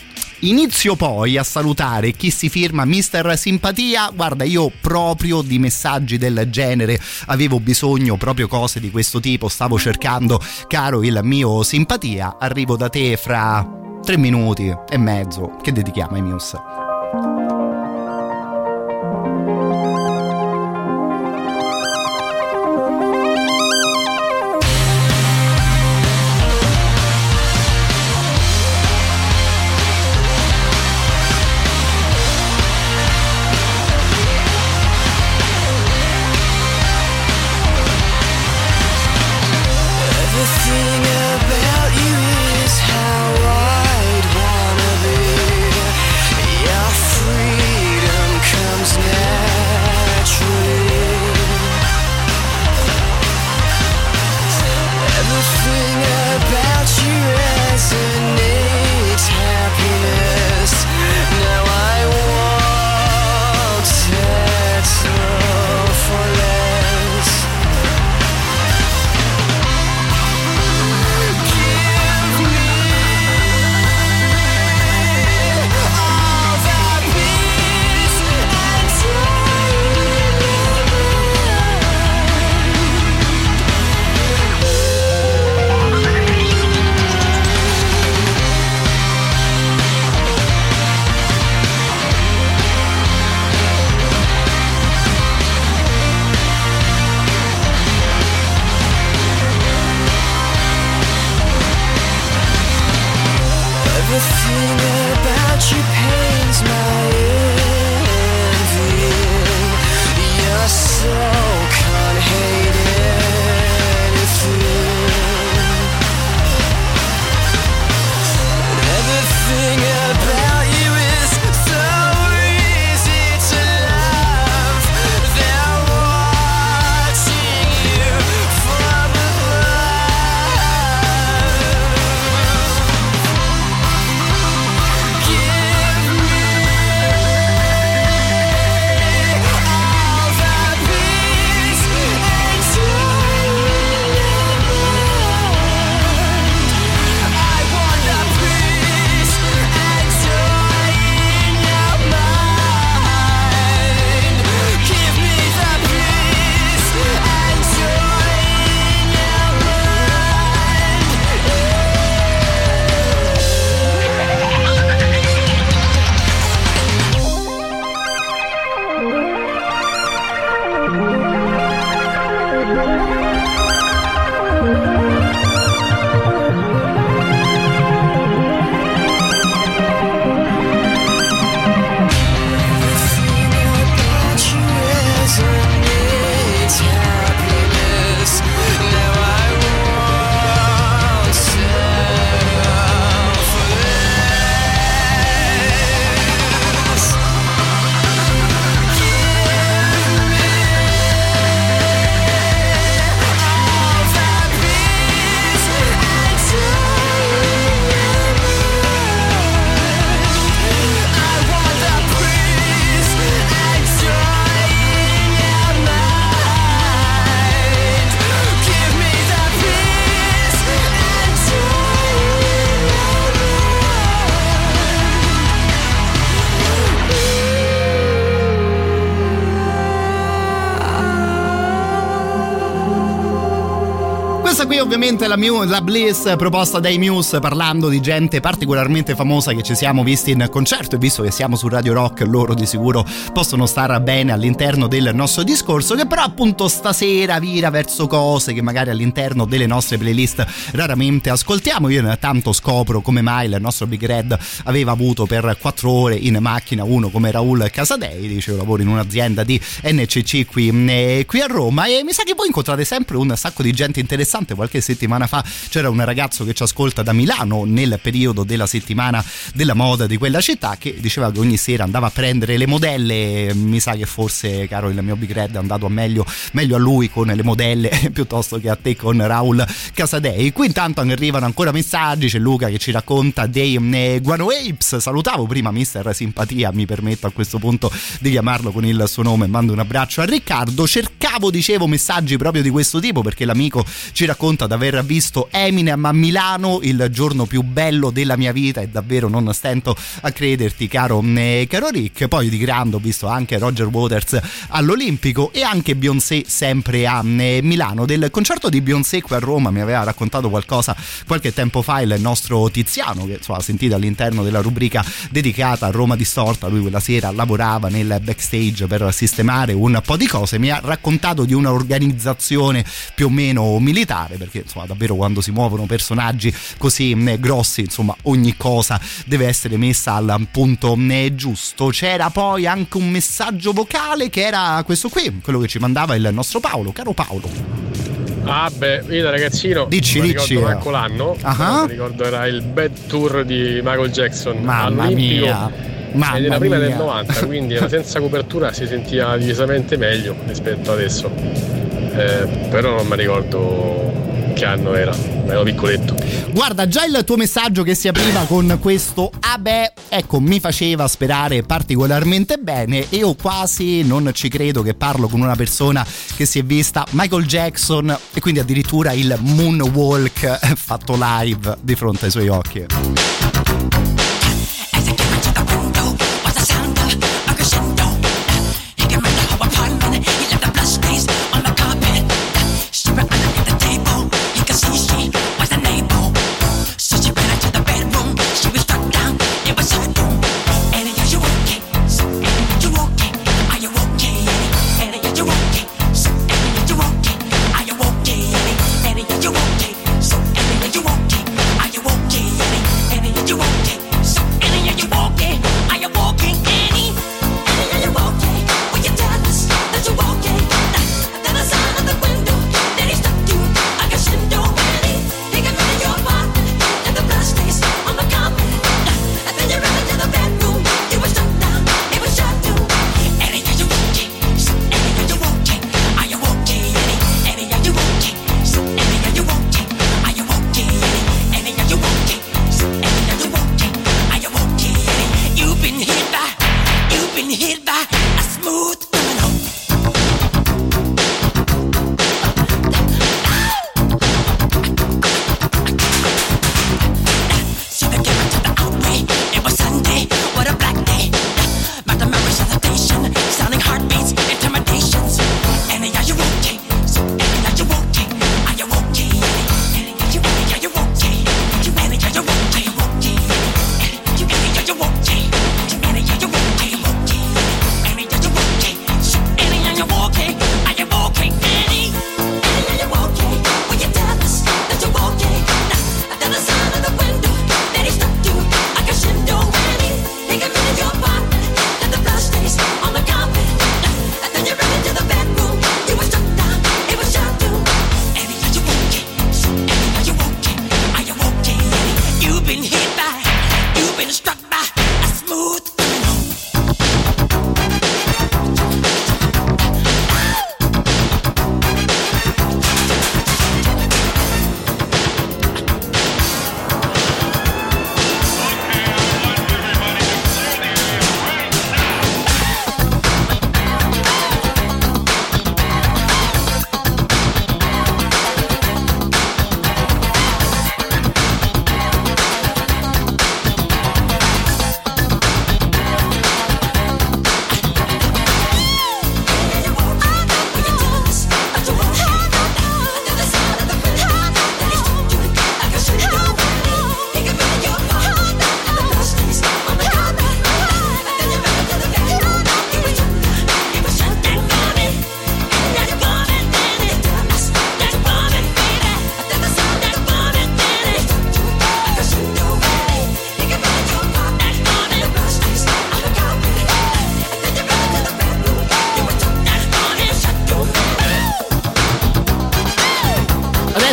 Inizio poi a salutare chi si firma mister Simpatia. Guarda, io proprio di messaggi del genere avevo bisogno, proprio cose di questo tipo stavo cercando, caro il mio Simpatia. Arrivo da te fra tre minuti e mezzo che dedichiamo ai Muse. About you is how I'd wanna be. Questa qui ovviamente è la, Mu- la Bliss proposta dai Muse, parlando di gente particolarmente famosa che ci siamo visti in concerto, e visto che siamo su Radio Rock loro di sicuro possono stare bene all'interno del nostro discorso, che però appunto stasera vira verso cose che magari all'interno delle nostre playlist raramente ascoltiamo. Io intanto scopro come mai il nostro Big Red aveva avuto per quattro ore in macchina uno come Raul Casadei, dicevo lavoro in un'azienda di N C C qui, eh, qui a Roma, e mi sa che voi incontrate sempre un sacco di gente interessante. Qualche settimana fa c'era un ragazzo che ci ascolta da Milano nel periodo della settimana della moda di quella città, che diceva che ogni sera andava a prendere le modelle. Mi sa che forse, caro il mio Big Red, è andato a meglio, meglio a lui con le modelle piuttosto che a te con Raul Casadei. Qui intanto arrivano ancora messaggi, c'è Luca che ci racconta dei eh, Guano Apes. Salutavo prima mister Simpatia, mi permetto a questo punto di chiamarlo con il suo nome, mando un abbraccio a Riccardo. Cercavo, dicevo, messaggi proprio di questo tipo perché l'amico ci racconta di aver visto Eminem a Milano il giorno più bello della mia vita, e davvero non stento a crederti, caro, eh, caro Rick. Poi di grande ho visto anche Roger Waters all'Olimpico e anche Beyoncé sempre a eh, Milano. Del concerto di Beyoncé qui a Roma mi aveva raccontato qualcosa qualche tempo fa il nostro Tiziano, che insomma sentite all'interno della rubrica dedicata a Roma Distorta. Lui quella sera lavorava nel backstage per sistemare un po' di cose, mi ha raccontato di un'organizzazione più o meno militare, perché insomma davvero quando si muovono personaggi così eh, grossi, insomma ogni cosa deve essere messa al punto eh, giusto. C'era poi anche un messaggio vocale che era questo qui, quello che ci mandava il nostro Paolo. Caro Paolo, ah beh, io da ragazzino dici, non dici, ricordo manco l'anno, uh-huh. mi ricordo era il Bad Tour di Michael Jackson mamma all'Olimpico, mia, mamma ed era prima mia. del novanta, quindi era senza copertura, si sentiva decisamente meglio rispetto adesso, eh, però non mi ricordo che anno era, ero piccoletto. Guarda, già il tuo messaggio che si apriva con questo ah beh, ecco, mi faceva sperare particolarmente bene, e io quasi non ci credo che parlo con una persona che si è vista Michael Jackson e quindi addirittura il moonwalk fatto live di fronte ai suoi occhi.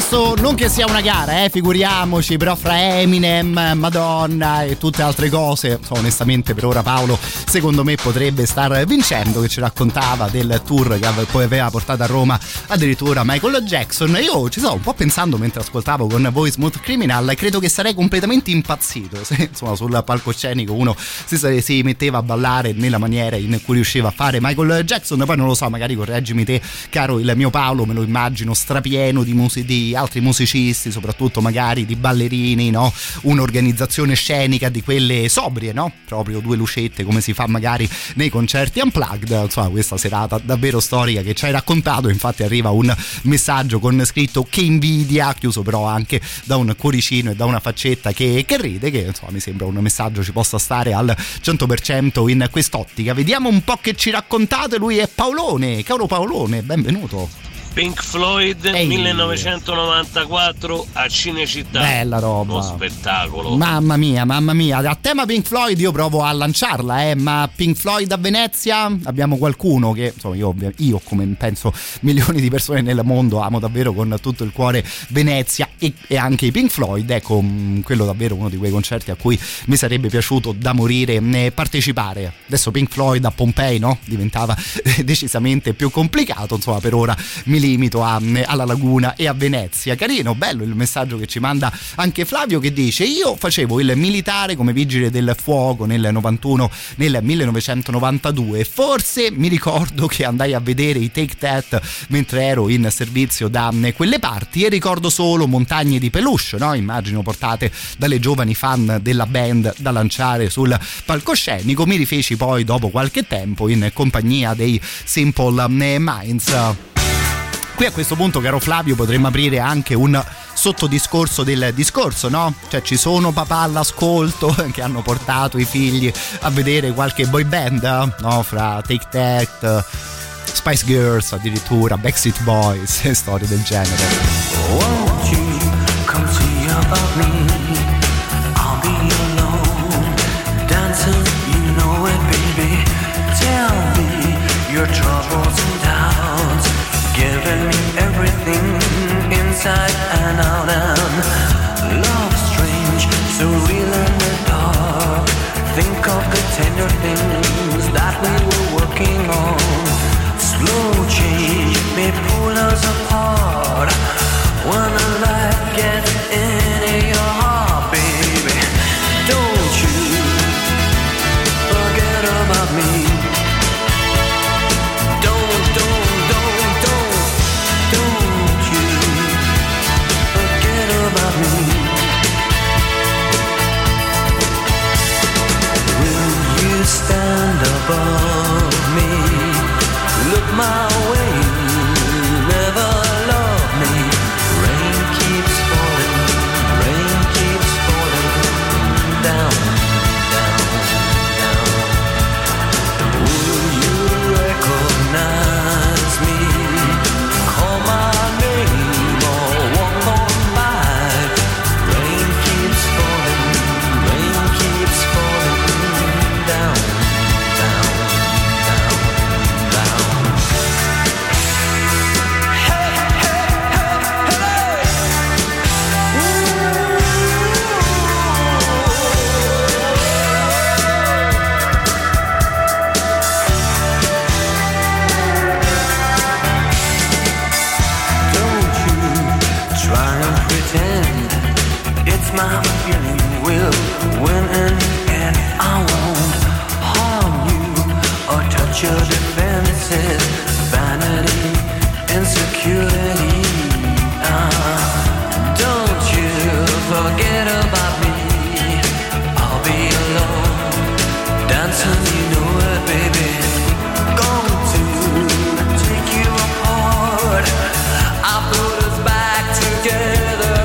Adesso non che sia una gara, eh, figuriamoci, però fra Eminem, Madonna e tutte altre cose, so, onestamente per ora Paolo secondo me potrebbe star vincendo, che ci raccontava del tour che poi aveva portato a Roma addirittura Michael Jackson. Io ci stavo un po' pensando mentre ascoltavo con voi Smooth Criminal, credo che sarei completamente impazzito se insomma sul palcoscenico uno si, si metteva a ballare nella maniera in cui riusciva a fare Michael Jackson. Poi non lo so, magari correggimi te caro il mio Paolo, me lo immagino strapieno di, music- di altri musicisti, soprattutto magari di ballerini, no? Un'organizzazione scenica di quelle sobrie, no? Proprio due lucette come si fa magari nei concerti unplugged. Insomma, questa serata davvero storica che ci hai raccontato. Infatti arriva un messaggio con scritto che invidia, chiuso però anche da un cuoricino e da una faccetta che, che ride, che insomma mi sembra un messaggio ci possa stare al cento per cento in quest'ottica. Vediamo un po' che ci raccontate. Lui è Paolone, caro Paolone, benvenuto. Pink Floyd Ehi. millenovecentonovantaquattro a Cinecittà. Bella roba. Uno spettacolo. Mamma mia, mamma mia. A tema Pink Floyd io provo a lanciarla, eh, ma Pink Floyd a Venezia abbiamo qualcuno che, insomma, io, io come penso milioni di persone nel mondo amo davvero con tutto il cuore Venezia e, e anche i Pink Floyd. Ecco, quello davvero uno di quei concerti a cui mi sarebbe piaciuto da morire eh, partecipare. Adesso Pink Floyd a Pompei, no? Diventava eh, decisamente più complicato, insomma, per ora mi limito a, alla Laguna e a Venezia. Carino, bello il messaggio che ci manda anche Flavio, che dice: io facevo il militare come vigile del fuoco nel novantuno, nel millenovecentonovantadue, forse mi ricordo che andai a vedere i Take That mentre ero in servizio da quelle parti e ricordo solo montagne di peluche, no? Immagino portate dalle giovani fan della band da lanciare sul palcoscenico. Mi rifeci poi dopo qualche tempo in compagnia dei Simple Minds. Qui a questo punto, caro Flavio, potremmo aprire anche un sottodiscorso del discorso, no? Cioè, ci sono papà all'ascolto che hanno portato i figli a vedere qualche boy band, no? Fra Take That, Spice Girls, addirittura Backstreet Boys e storie del genere. Won't you come see about me? I'll be alone, dancing, you know it, baby. Tell me your troubles and doubts, giving me everything inside and out, and love strange, so real in the dark. Think of the tender things that we were working on. Slow change may pull us apart when the light gets into your heart, baby. Don't you forget about me. Stand above me, look my way, never love me. Rain keeps falling, rain keeps falling down, down, down. Will you recognize me? Call my name or walk on by. Rain keeps falling, rain keeps falling down. My feeling will win in the end. I won't harm you or touch your defenses. Vanity, insecurity. Uh, don't you forget about me. I'll be alone, dancing, you know it, baby. Going to take you apart. I put us back together.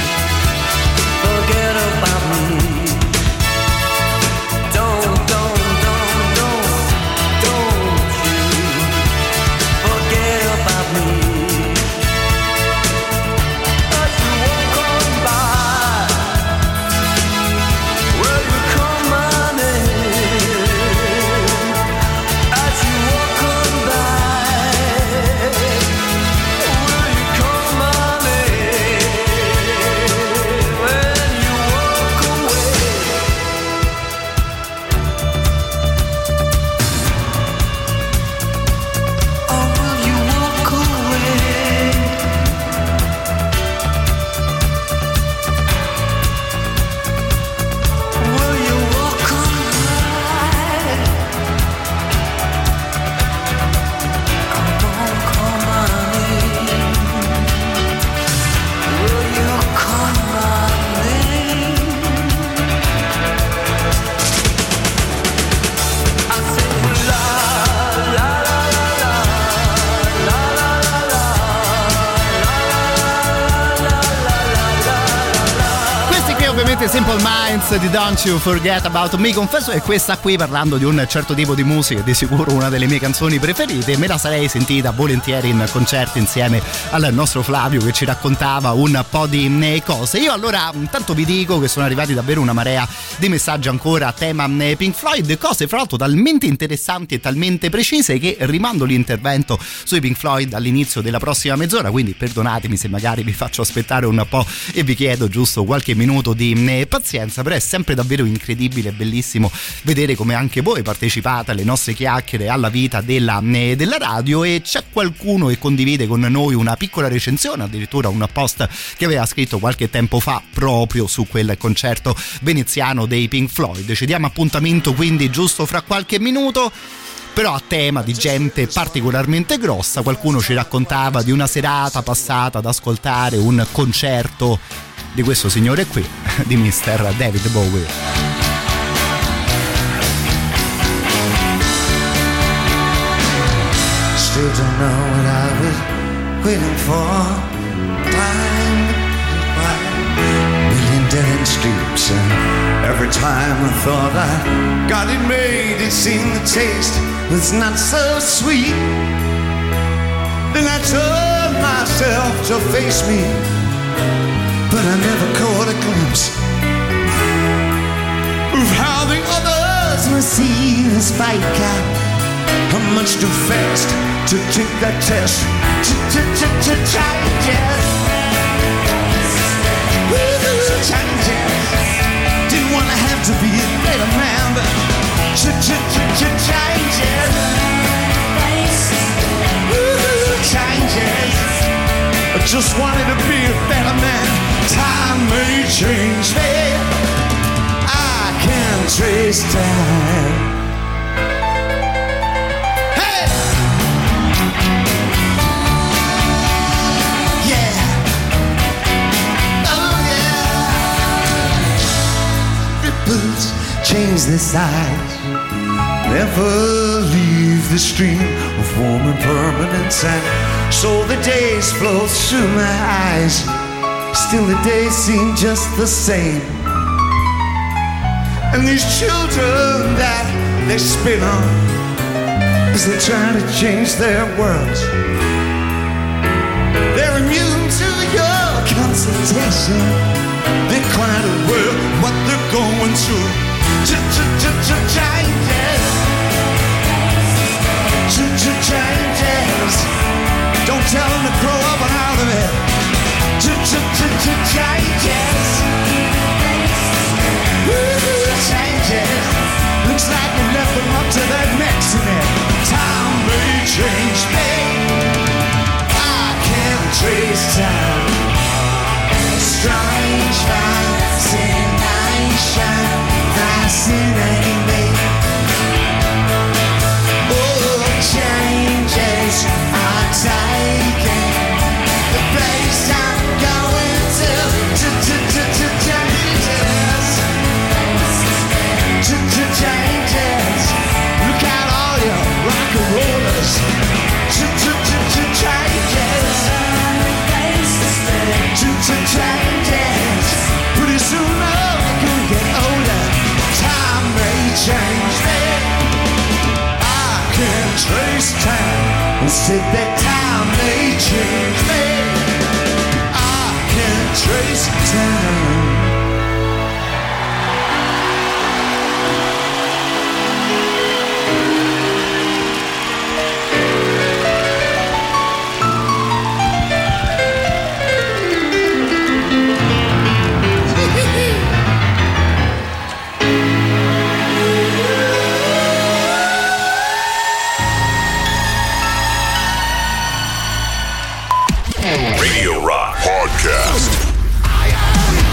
Don't, don't, Simple Minds di Don't You Forget About Me. Confesso che questa qui, parlando di un certo tipo di musica, è di sicuro una delle mie canzoni preferite. Me la sarei sentita volentieri in concerto insieme al nostro Flavio, che ci raccontava un po' di cose. Io allora intanto vi dico che sono arrivati davvero una marea di messaggi ancora a tema Pink Floyd, cose fra l'altro talmente interessanti e talmente precise che rimando l'intervento sui Pink Floyd all'inizio della prossima mezz'ora, quindi perdonatemi se magari vi faccio aspettare un po' e vi chiedo giusto qualche minuto di pazienza, però è sempre davvero incredibile e bellissimo vedere come anche voi partecipate alle nostre chiacchiere, alla vita della, della radio, e c'è qualcuno che condivide con noi una piccola recensione, addirittura un post che aveva scritto qualche tempo fa proprio su quel concerto veneziano dei Pink Floyd. Ci diamo appuntamento quindi giusto fra qualche minuto, però a tema di gente particolarmente grossa. Qualcuno ci raccontava di una serata passata ad ascoltare un concerto di questo signore qui, di mister David Bowie. Still don't know what I was waiting for. Time by million dead-end streets, and every time I thought I got it made, it seemed the taste was not so sweet. Then I told myself to face me, but I never caught a glimpse of how the others will see this fight cat. I'm much too fast to take that test, to changes, changes. Didn't wanna have to be a better man, but changes, changes. I just wanted to be a better man. Time may change me, I can't trace time. Hey! Yeah! Oh yeah! Ripples change their size, never leave the stream of warm impermanence, and so the days flow through my eyes. Still the days seem just the same, and these children that they spin on as they try to change their worlds, they're immune to your consultation. They're quite aware of what they're going through. Changes, changes. Don't tell them to grow up and out of it. Changes, changes. Looks like you left them up to their necks in it. Time may change me, I can't trace time. Strange fascination, fascinating me. Oh, changes are taking the place I'm going to, to, to, to, to changes, to, to changes. Look out all your rock and rollers, to, to, to, to changes, to, to changes. Pretty soon all you're gonna get older. Time may change me, I can't trace time. And said that time may change me, I can't trace time. Radio Rock Podcast.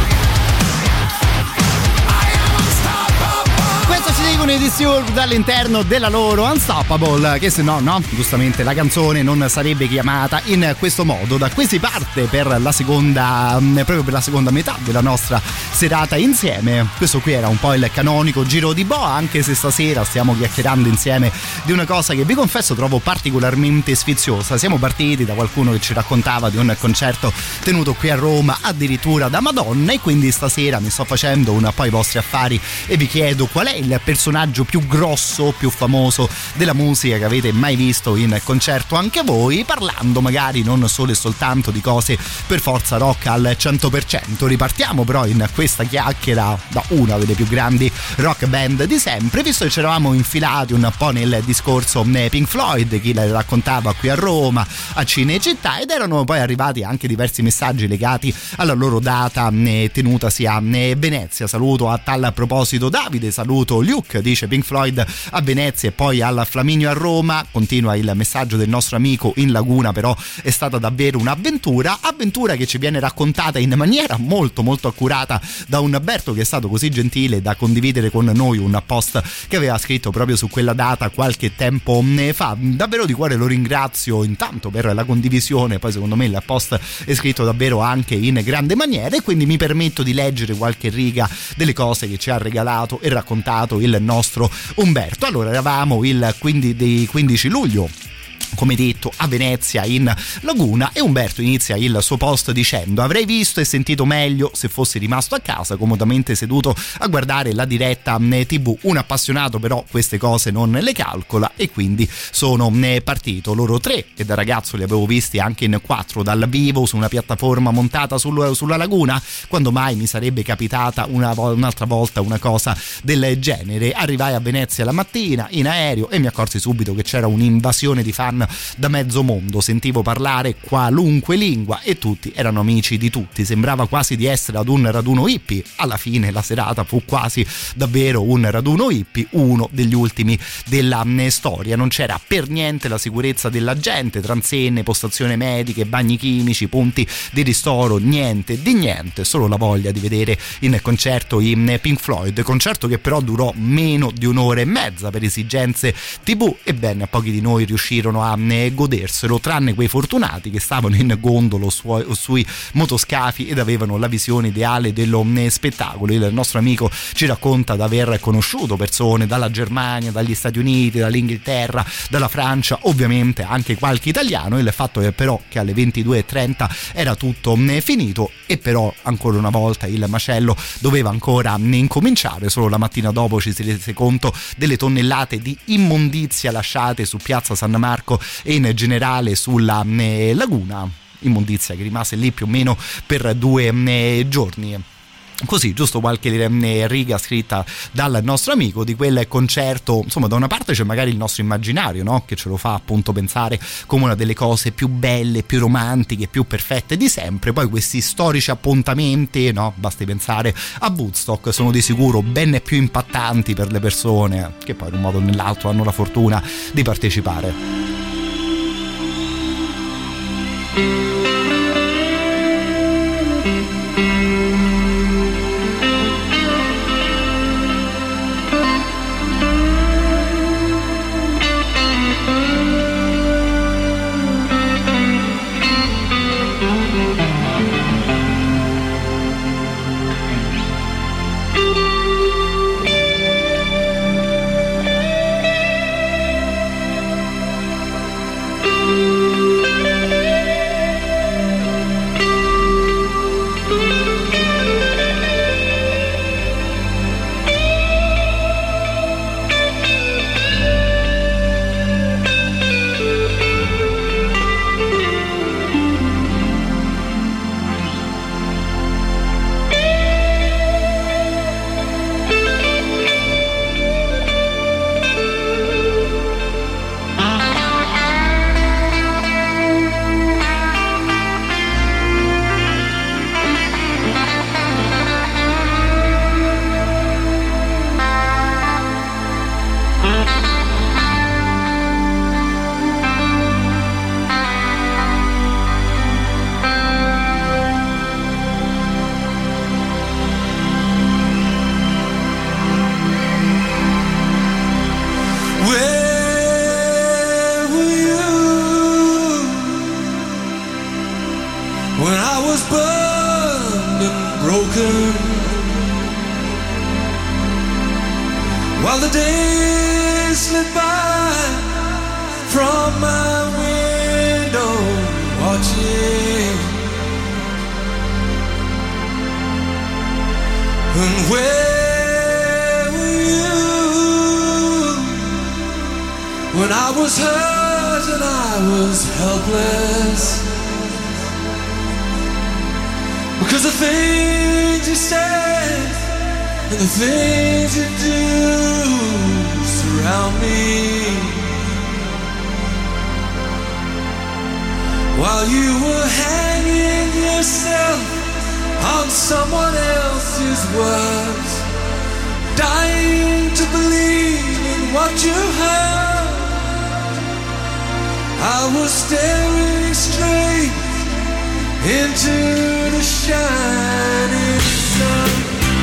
dall'interno della loro Unstoppable, che se no, no, giustamente la canzone non sarebbe chiamata in questo modo. Da qui si parte per la seconda, proprio per la seconda metà della nostra serata insieme. Questo qui era un po' il canonico giro di boa, anche se stasera stiamo chiacchierando insieme di una cosa che vi confesso trovo particolarmente sfiziosa. Siamo partiti da qualcuno che ci raccontava di un concerto tenuto qui a Roma, addirittura da Madonna, e quindi stasera mi sto facendo un po' i vostri affari e vi chiedo qual è il personaggio più grosso, più famoso della musica che avete mai visto in concerto anche voi, parlando magari non solo e soltanto di cose per forza rock al cento per cento. Ripartiamo però in questa chiacchiera da una delle più grandi rock band di sempre, visto che ci eravamo infilati un po' nel discorso Pink Floyd, chi la raccontava qui a Roma, a Cinecittà, ed erano poi arrivati anche diversi messaggi legati alla loro data tenutasi a Venezia. Saluto a tal proposito Davide, saluto Luke, dice Pink Floyd a Venezia e poi al Flaminio a Roma. Continua il messaggio del nostro amico: in Laguna però è stata davvero un'avventura, avventura che ci viene raccontata in maniera molto molto accurata da un Alberto che è stato così gentile da condividere con noi un post che aveva scritto proprio su quella data qualche tempo fa. Davvero di cuore lo ringrazio intanto per la condivisione, poi secondo me il post è scritto davvero anche in grande maniera, e quindi mi permetto di leggere qualche riga delle cose che ci ha regalato e raccontato il nostro Umberto. Allora, eravamo il quindici luglio, come detto, a Venezia in Laguna, e Umberto inizia il suo post dicendo: avrei visto e sentito meglio se fossi rimasto a casa comodamente seduto a guardare la diretta tivù. Un appassionato però queste cose non le calcola, e quindi sono partito. Loro tre, e da ragazzo li avevo visti anche in quattro dal vivo su una piattaforma montata sul, sulla laguna. Quando mai mi sarebbe capitata una, un'altra volta una cosa del genere? Arrivai a Venezia la mattina in aereo e mi accorsi subito che c'era un'invasione di fan da mezzo mondo. Sentivo parlare qualunque lingua e tutti erano amici di tutti. Sembrava quasi di essere ad un raduno hippie. Alla fine la serata fu quasi davvero un raduno hippie, uno degli ultimi della storia. Non c'era per niente la sicurezza della gente, transenne, postazioni mediche, bagni chimici, punti di ristoro, niente di niente, solo la voglia di vedere in concerto in Pink Floyd, concerto che però durò meno di un'ora e mezza per esigenze tivù, e ben pochi di noi riuscirono a goderselo, tranne quei fortunati che stavano in gondolo su, sui motoscafi ed avevano la visione ideale dello spettacolo. Il nostro amico ci racconta di aver conosciuto persone dalla Germania, dagli Stati Uniti, dall'Inghilterra, dalla Francia, ovviamente anche qualche italiano. Il fatto è però che alle ventidue e trenta era tutto finito, e però ancora una volta il macello doveva ancora incominciare. Solo la mattina dopo ci si rese conto delle tonnellate di immondizia lasciate su piazza San Marco e in generale sulla eh, laguna, immondizia che rimase lì più o meno per due eh, giorni. Così, giusto qualche eh, riga scritta dal nostro amico di quel concerto. Insomma, da una parte c'è magari il nostro immaginario, no? Che ce lo fa appunto pensare come una delle cose più belle, più romantiche, più perfette di sempre. Poi questi storici appuntamenti, no? Basti pensare a Woodstock, sono di sicuro ben più impattanti per le persone che poi in un modo o nell'altro hanno la fortuna di partecipare. Where were you when I was burned and broken? While the days slip by from my window, watching. And where were you when I was hurt and I was helpless? Because the things you said and the things you do surround me. While you were hanging yourself on someone else's words, dying to believe in what you heard, I was staring straight into the shining sun.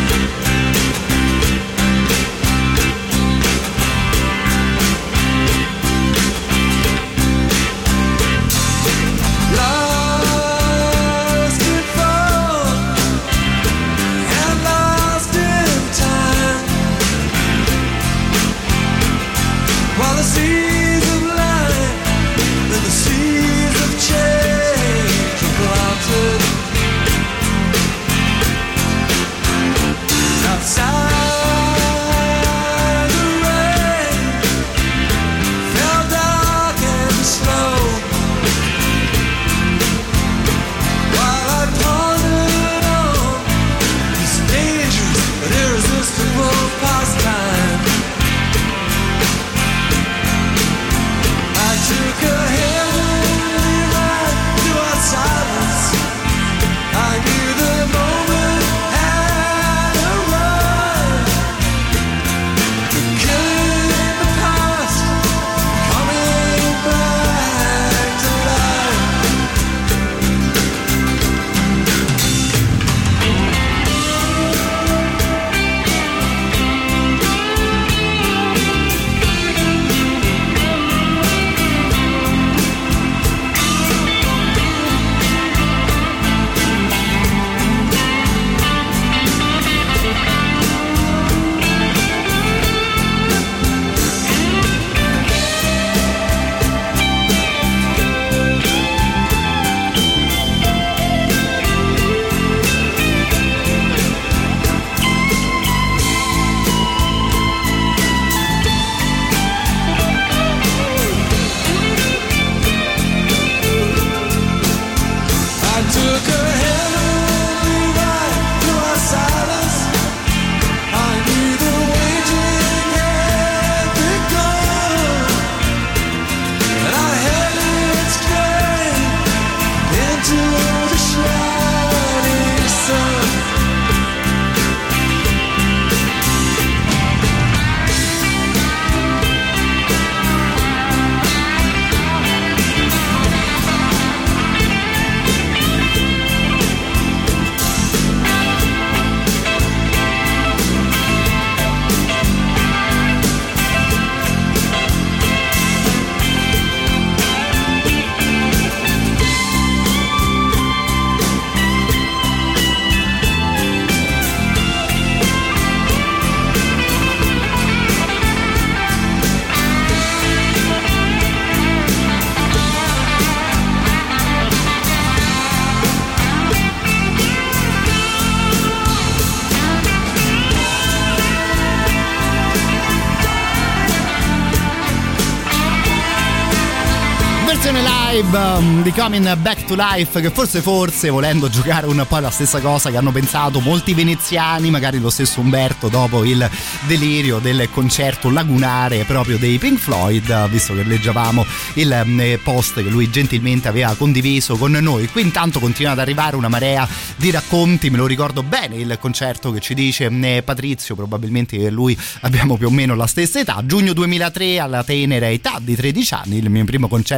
Um, di Coming Back to Life, che forse forse volendo giocare un po' la stessa cosa che hanno pensato molti veneziani, magari lo stesso Umberto dopo il delirio del concerto lagunare proprio dei Pink Floyd, visto che leggevamo il post che lui gentilmente aveva condiviso con noi. Qui intanto continua ad arrivare una marea di racconti, me lo ricordo bene il concerto che ci dice Patrizio, probabilmente che lui abbiamo più o meno la stessa età, giugno duemilatré alla tenera età di tredici anni, il mio primo concerto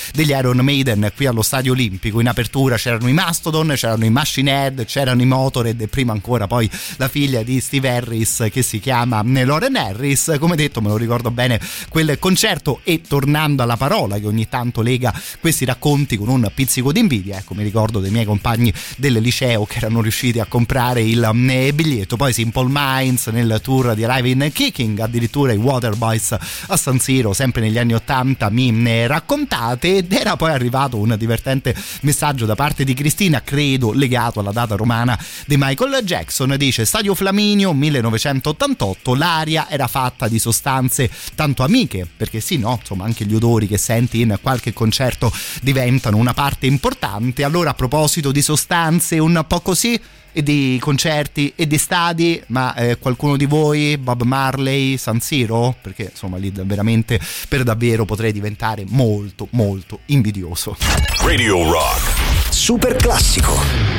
degli Iron Maiden qui allo Stadio Olimpico. In apertura c'erano i Mastodon, c'erano i Machine Head, c'erano i Motorhead e prima ancora poi la figlia di Steve Harris che si chiama Lauren Harris. Come detto, me lo ricordo bene quel concerto, e tornando alla parola che ogni tanto lega questi racconti con un pizzico di invidia, ecco, mi ricordo dei miei compagni del liceo che erano riusciti a comprare il eh, biglietto. Poi Simple Minds nel tour di Alive in Kicking, addirittura i Waterboys a San Siro sempre negli anni ottanta mi ne raccontate. Ed era poi arrivato un divertente messaggio da parte di Cristina, credo legato alla data romana di Michael Jackson. Dice: Stadio Flaminio millenovecentottantotto, l'aria era fatta di sostanze tanto amiche, perché sì, no, insomma anche gli odori che senti in qualche concerto diventano una parte importante. Allora, a proposito di sostanze un po' così, e di concerti e di stadi, ma eh, qualcuno di voi, Bob Marley, San Siro? Perché insomma lì veramente per davvero potrei diventare molto molto invidioso. Radio Rock Super classico.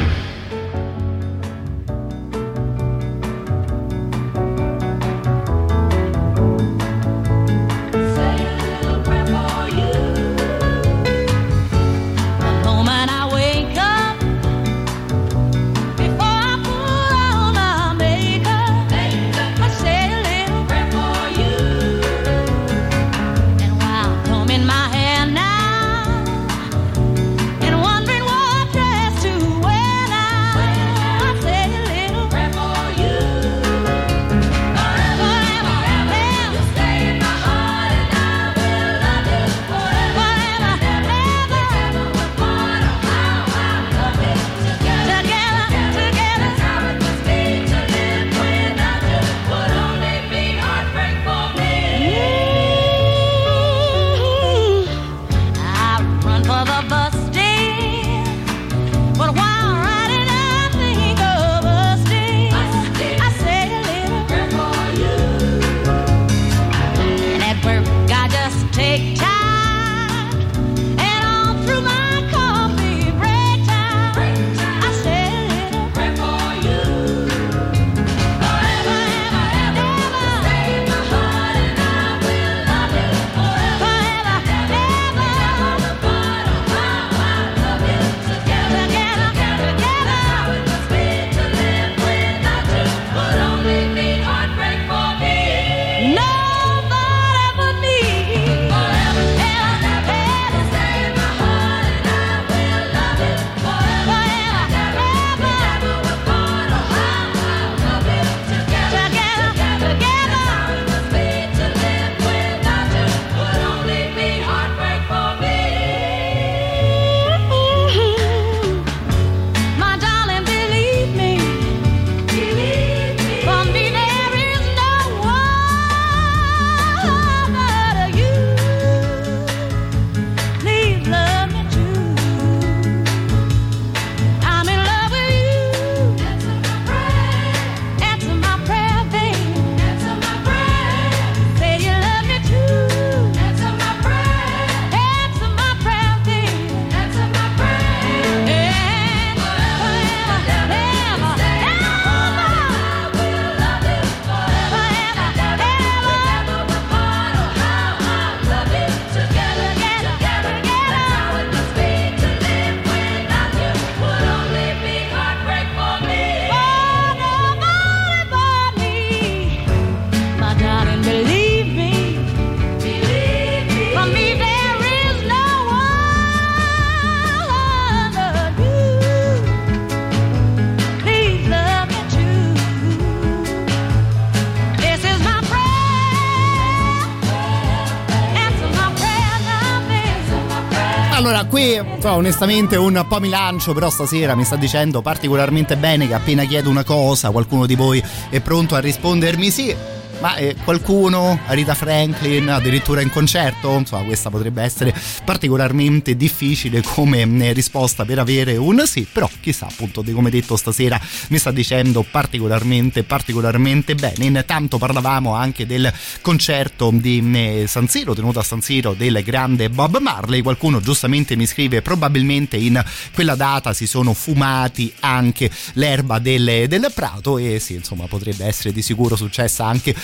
Allora, qui so, onestamente un po' mi lancio, però stasera mi sta dicendo particolarmente bene che appena chiedo una cosa qualcuno di voi è pronto a rispondermi sì. Ma eh, qualcuno, Rita Franklin, addirittura in concerto? Insomma, questa potrebbe essere particolarmente difficile come eh, risposta per avere un sì, però chissà, appunto, di come detto stasera mi sta dicendo particolarmente, particolarmente bene. Intanto parlavamo anche del concerto di eh, San Siro, tenuto a San Siro, del grande Bob Marley. Qualcuno giustamente mi scrive, probabilmente in quella data si sono fumati anche l'erba del, del prato, e sì, insomma, potrebbe essere di sicuro successa anche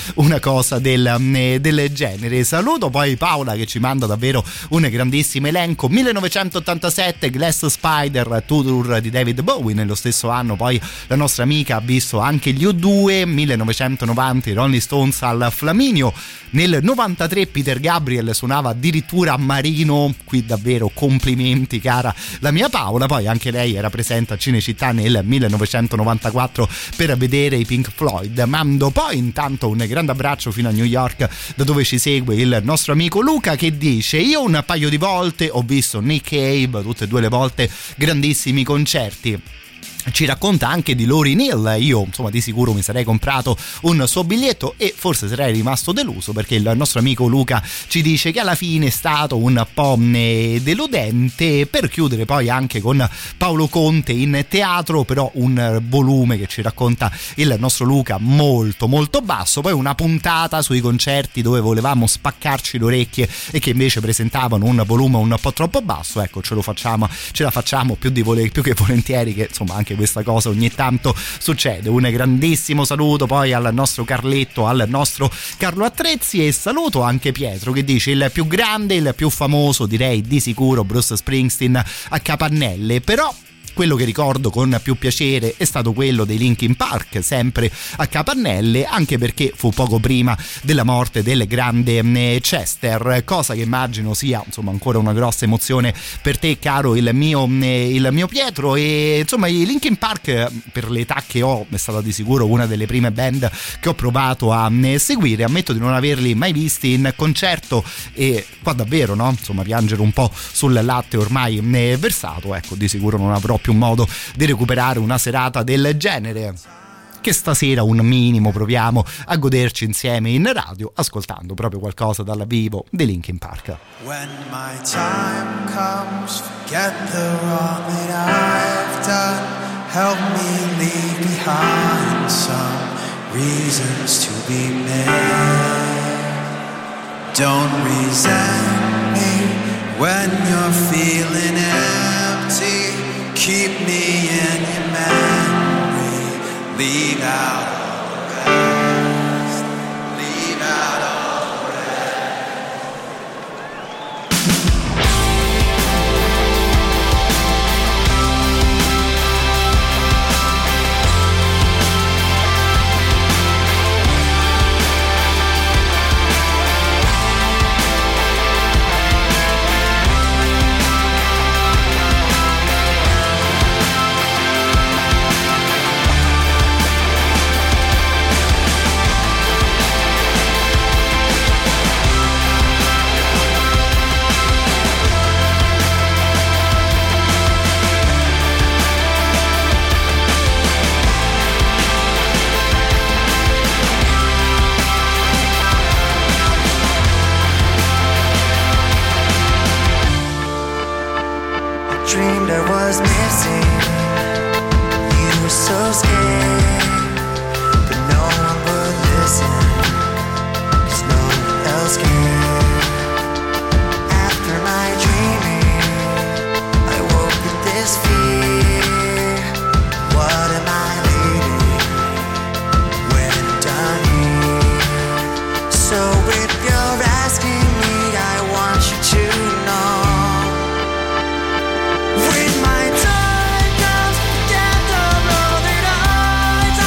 una cosa del, del genere. Saluto poi Paola che ci manda davvero un grandissimo elenco. millenovecentottantasette Glass Spider, tour di David Bowie. Nello stesso anno poi la nostra amica ha visto anche gli U due. millenovecentonovanta i Rolling Stones al Flaminio. Nel novantatré Peter Gabriel suonava addirittura a Marino. Qui davvero complimenti cara la mia Paola. Poi anche lei era presente a Cinecittà nel millenovecentonovantaquattro per vedere i Pink Floyd. Mando poi intanto un grande abbraccio fino a New York, da dove ci segue il nostro amico Luca, che dice: io un paio di volte ho visto Nick Cave, tutte e due le volte grandissimi concerti. Ci racconta anche di Lauryn Hill. Io insomma di sicuro mi sarei comprato un suo biglietto e forse sarei rimasto deluso, perché il nostro amico Luca ci dice che alla fine è stato un po' deludente. Per chiudere poi anche con Paolo Conte in teatro, però un volume che ci racconta il nostro Luca molto molto basso. Poi una puntata sui concerti dove volevamo spaccarci le orecchie e che invece presentavano un volume un po' troppo basso. Ecco, ce lo facciamo, ce la facciamo più, di vole- più che volentieri, che insomma anche questa cosa ogni tanto succede. Un grandissimo saluto poi al nostro Carletto, al nostro Carlo Attrezzi, e saluto anche Pietro che dice: il più grande, il più famoso, direi di sicuro Bruce Springsteen a Capannelle, però quello che ricordo con più piacere è stato quello dei Linkin Park, sempre a Capannelle, anche perché fu poco prima della morte del grande Chester, cosa che immagino sia insomma ancora una grossa emozione per te, caro il mio, il mio Pietro. E insomma i Linkin Park, per l'età che ho, è stata di sicuro una delle prime band che ho provato a seguire. Ammetto di non averli mai visti in concerto e qua davvero, no? Insomma, piangere un po' sul latte ormai versato. Ecco, di sicuro non avrò più un modo di recuperare una serata del genere, che stasera un minimo proviamo a goderci insieme in radio, ascoltando proprio qualcosa dal vivo dei Linkin Park. When my time comes, forget the wrong that I've done. Help me leave behind some reasons to be made. Don't resent me when you're feeling empty. Keep me in your memory. Leave out all the rest. Leave out all the dreamed I was missing. You were so scared, but no one would listen, 'cause no one else cared. After my dreaming, I woke with this fear. What am I leaving when I'm done here? So if you're asking me, I want you to know. When my time comes, get the road that I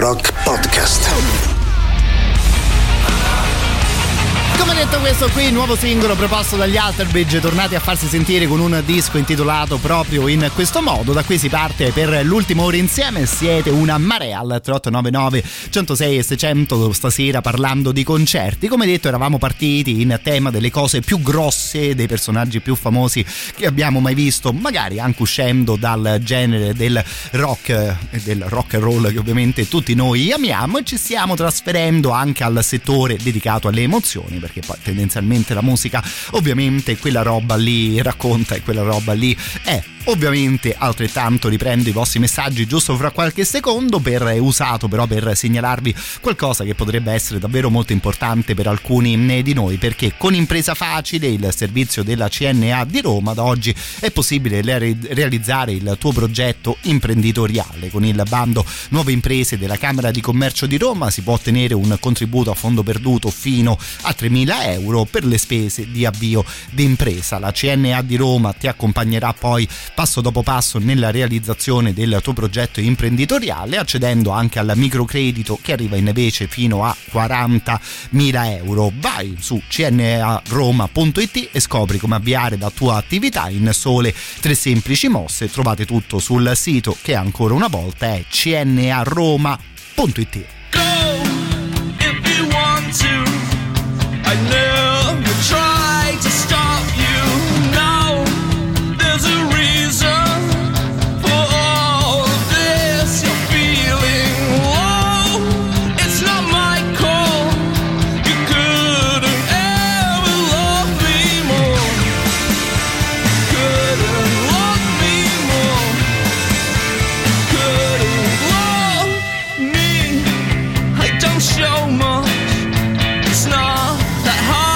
Rock Podcast. Come detto, questo qui, nuovo singolo proposto dagli Alter Bridge, tornati a farsi sentire con un disco intitolato proprio in questo modo. Da qui si parte per l'ultima ora insieme, siete una marea al tre otto nove nove, centosei e seicento, stasera parlando di concerti. Come detto, eravamo partiti in tema delle cose più grosse, dei personaggi più famosi che abbiamo mai visto, magari anche uscendo dal genere del rock e del rock and roll che ovviamente tutti noi amiamo, e ci stiamo trasferendo anche al settore dedicato alle emozioni, perché poi tendenzialmente la musica ovviamente quella roba lì racconta e quella roba lì è. Ovviamente altrettanto riprendo i vostri messaggi giusto fra qualche secondo, per usato però per segnalarvi qualcosa che potrebbe essere davvero molto importante per alcuni di noi, perché con Impresa Facile, il servizio della C N A di Roma, da oggi è possibile realizzare il tuo progetto imprenditoriale. Con il bando Nuove Imprese della Camera di Commercio di Roma si può ottenere un contributo a fondo perduto fino a tremila euro per le spese di avvio di impresa. La C N A di Roma ti accompagnerà poi passo dopo passo nella realizzazione del tuo progetto imprenditoriale, accedendo anche al microcredito che arriva invece fino a quarantamila euro. Vai su c n a roma punto i t e scopri come avviare la tua attività in sole tre semplici mosse. Trovate tutto sul sito, che ancora una volta è c n a roma punto i t. I never tried to stop you. Now there's a reason for all of this. You're feeling low. It's not my call. You couldn't ever love me more. Couldn't love me more. Couldn't love me. I don't show much. It's not that hard.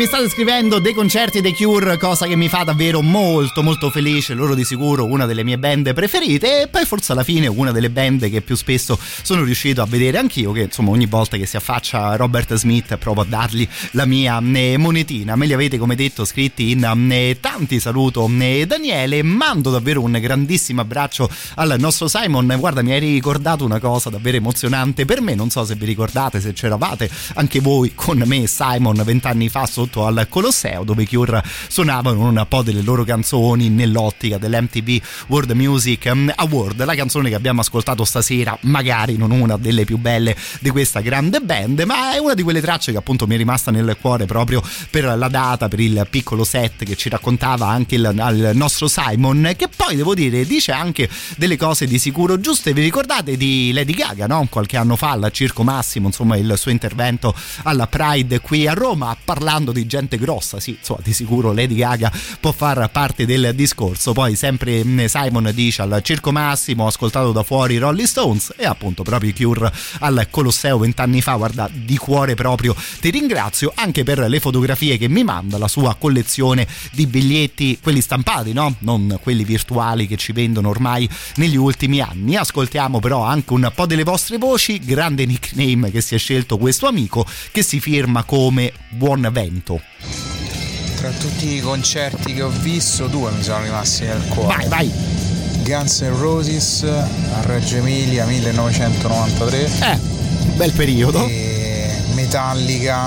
mi state scrivendo dei concerti dei Cure, cosa che mi fa davvero molto molto felice. Loro di sicuro una delle mie band preferite, e poi forse alla fine una delle band che più spesso sono riuscito a vedere anch'io, che insomma ogni volta che si affaccia Robert Smith provo a dargli la mia eh, monetina. Me li avete, come detto, scritti in eh, tanti. Saluto eh, Daniele, mando davvero un grandissimo abbraccio al nostro Simon. Guarda, mi hai ricordato una cosa davvero emozionante per me, non so se vi ricordate, se c'eravate anche voi con me, Simon, vent'anni fa sotto al Colosseo, dove i Cure suonavano un po' delle loro canzoni nell'ottica dell'M T V World Music Award. La canzone che abbiamo ascoltato stasera magari non una delle più belle di questa grande band, ma è una di quelle tracce che appunto mi è rimasta nel cuore proprio per la data, per il piccolo set che ci raccontava anche il, il nostro Simon, che poi devo dire dice anche delle cose di sicuro giuste. Vi ricordate di Lady Gaga, no? Qualche anno fa al Circo Massimo, insomma il suo intervento alla Pride qui a Roma, parlando di gente grossa. Sì, insomma, di sicuro Lady Gaga può far parte del discorso. Poi sempre Simon dice al Circo Massimo ho ascoltato da fuori i Rolling Stones, e appunto proprio i Cure al Colosseo vent'anni fa. Guarda, di cuore proprio ti ringrazio anche per le fotografie che mi manda, la sua collezione di biglietti, quelli stampati, no? Non quelli virtuali che ci vendono ormai negli ultimi anni. Ascoltiamo però anche un po' delle vostre voci. Grande nickname che si è scelto questo amico, che si firma come Buon Vento. Tra tutti i concerti che ho visto, due mi sono rimasti nel cuore. Vai, vai! Guns N' Roses a Reggio Emilia millenovecentonovantatré. Eh, bel periodo. E Metallica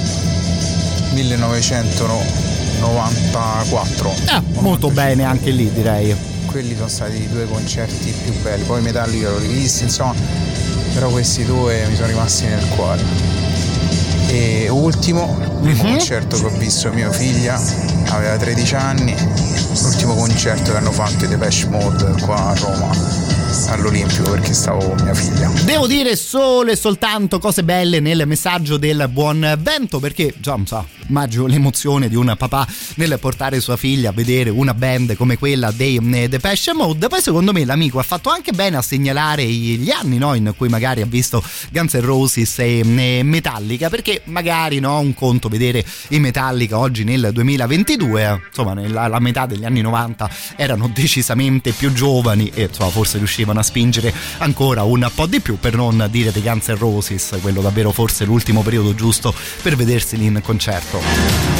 millenovecentonovantaquattro. Ah, molto bene anche lì, direi. Quelli sono stati i due concerti più belli. Poi Metallica l'ho rivisto, insomma, però questi due mi sono rimasti nel cuore. E ultimo, il primo uh-huh. concerto che ho visto, mia figlia aveva tredici anni, l'ultimo concerto che hanno fatto i Depeche Mode qua a Roma all'Olimpico, perché stavo con mia figlia. Devo dire solo e soltanto cose belle nel messaggio del Buon Vento, perché già non so, immagino l'emozione di un papà nel portare sua figlia a vedere una band come quella dei Depeche Mode. Poi secondo me l'amico ha fatto anche bene a segnalare gli anni, no, in cui magari ha visto Guns N' Roses e Metallica, perché magari, no, un conto vedere i Metallica oggi nel duemilaventidue, insomma nella la metà degli anni novanta erano decisamente più giovani e insomma forse riuscivano a spingere ancora un po' di più, per non dire dei Guns N' Roses, quello davvero forse l'ultimo periodo giusto per vederseli in concerto.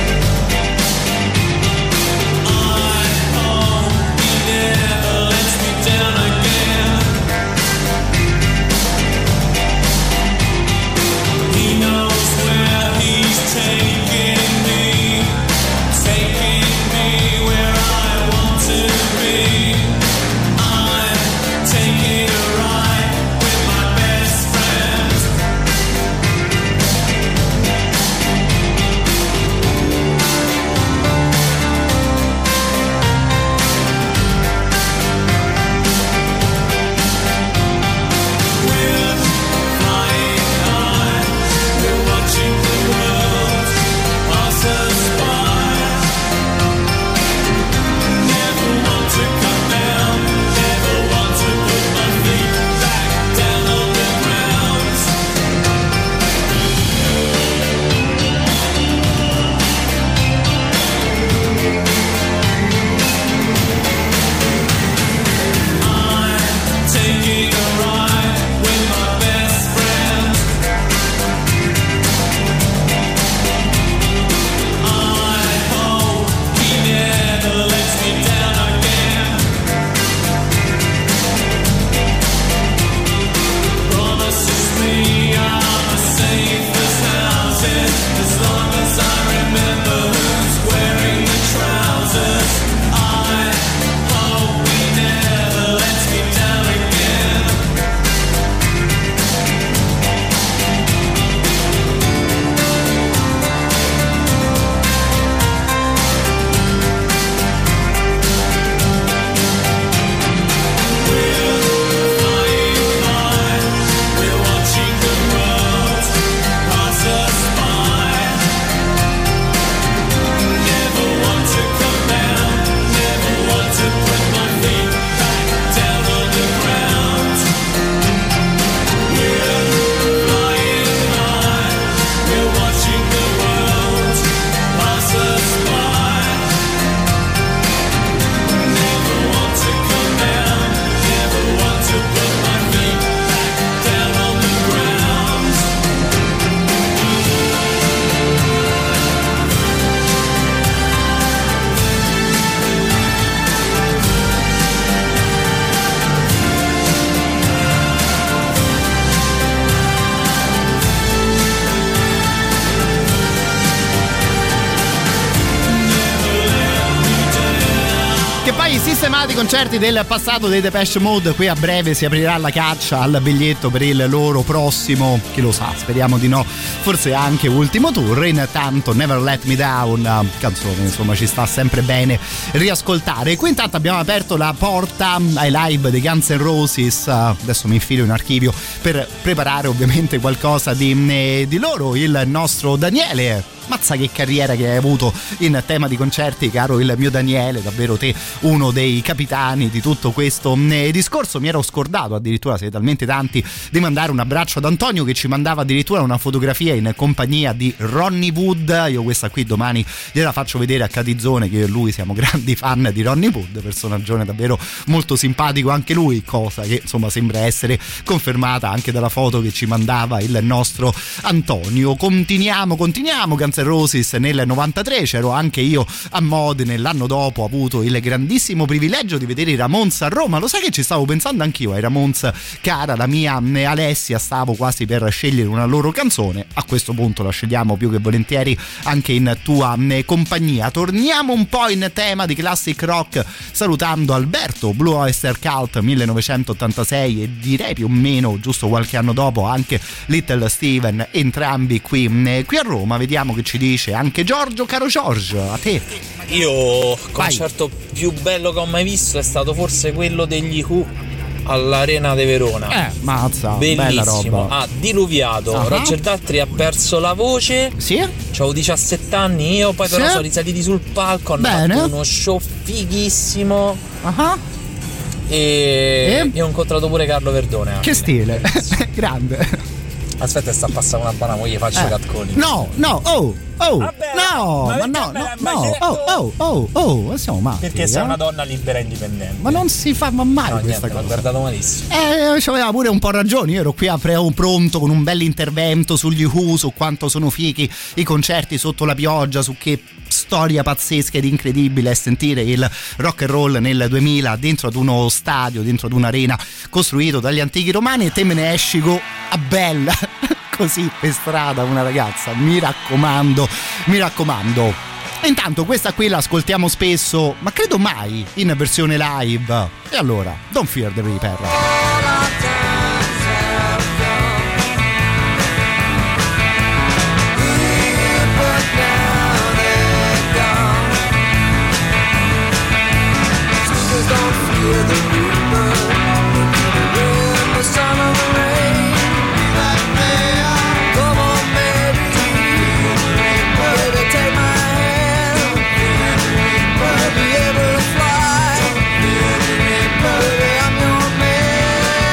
Let's be Sistemati concerti del passato dei Depeche Mode. Qui a breve si aprirà la caccia al biglietto per il loro prossimo, chi lo sa, speriamo di no, forse anche ultimo tour. Intanto Never Let Me Down, canzone insomma ci sta sempre bene riascoltare. Qui intanto abbiamo aperto la porta ai live dei Guns N' Roses. Adesso mi infilo in archivio per preparare ovviamente qualcosa di, di loro. Il nostro Daniele, mazza che carriera che hai avuto in tema di concerti, caro il mio Daniele, davvero te uno dei capitani di tutto questo discorso. Mi ero scordato, addirittura siete talmente tanti, di mandare un abbraccio ad Antonio che ci mandava addirittura una fotografia in compagnia di Ronnie Wood. Io questa qui domani gliela faccio vedere a Catizzone, che io e lui siamo grandi fan di Ronnie Wood, personaggione davvero molto simpatico anche lui, cosa che insomma sembra essere confermata anche dalla foto che ci mandava il nostro Antonio. Continuiamo, continuiamo Guns N' Roses nel novantatré, c'ero anche io a Modena. L'anno dopo ho avuto il grandissimo privilegio di vedere i Ramones a Roma. Lo sai che ci stavo pensando anch'io ai Ramones, cara la mia Alessia, stavo quasi per scegliere una loro canzone, a questo punto la scegliamo più che volentieri anche in tua compagnia. Torniamo un po' in tema di classic rock salutando Alberto, Blue Oyster Cult millenovecentottantasei, e direi più o meno giusto qualche anno dopo anche Little Steven, entrambi qui, qui a Roma. Vediamo che ci dice anche Giorgio. Caro Giorgio, a te. Io il concerto più bello che ho mai visto è stato forse quello degli Who all'Arena di Verona. Eh, mazza, bellissimo, bella roba. ha diluviato. Uh-huh. Roger Daltrey ha perso la voce. Sì. C'avevo diciassette anni io, poi però sì. sono risaliti sul palco, hanno Bene. fatto uno show fighissimo. Uh-huh. E, e io ho incontrato pure Carlo Verdone. Anche. Che stile, grande. Aspetta, sta passando una banana, gli faccio eh. cacconi. No, no, oh, oh, Vabbè, no, ma no, no, no, oh, oh, oh, oh, ma siamo matti. Perché sei eh? una donna libera e indipendente. Ma non si fa mai no, questa niente, cosa. l'ho guardato malissimo. Eh, c'aveva pure un po' ragione. Io ero qui a pre- pronto con un bel intervento sugli Who, su quanto sono fichi i concerti sotto la pioggia, su che storia pazzesca ed incredibile è sentire il rock and roll nel duemila dentro ad uno stadio, dentro ad un'arena costruito dagli antichi romani, e te me ne esci go a bella così per strada una ragazza, mi raccomando, mi raccomando. E intanto questa qui la ascoltiamo spesso, ma credo mai in versione live. E allora, Don't Fear the Reaper. Be able to fly. Baby, I'm your man.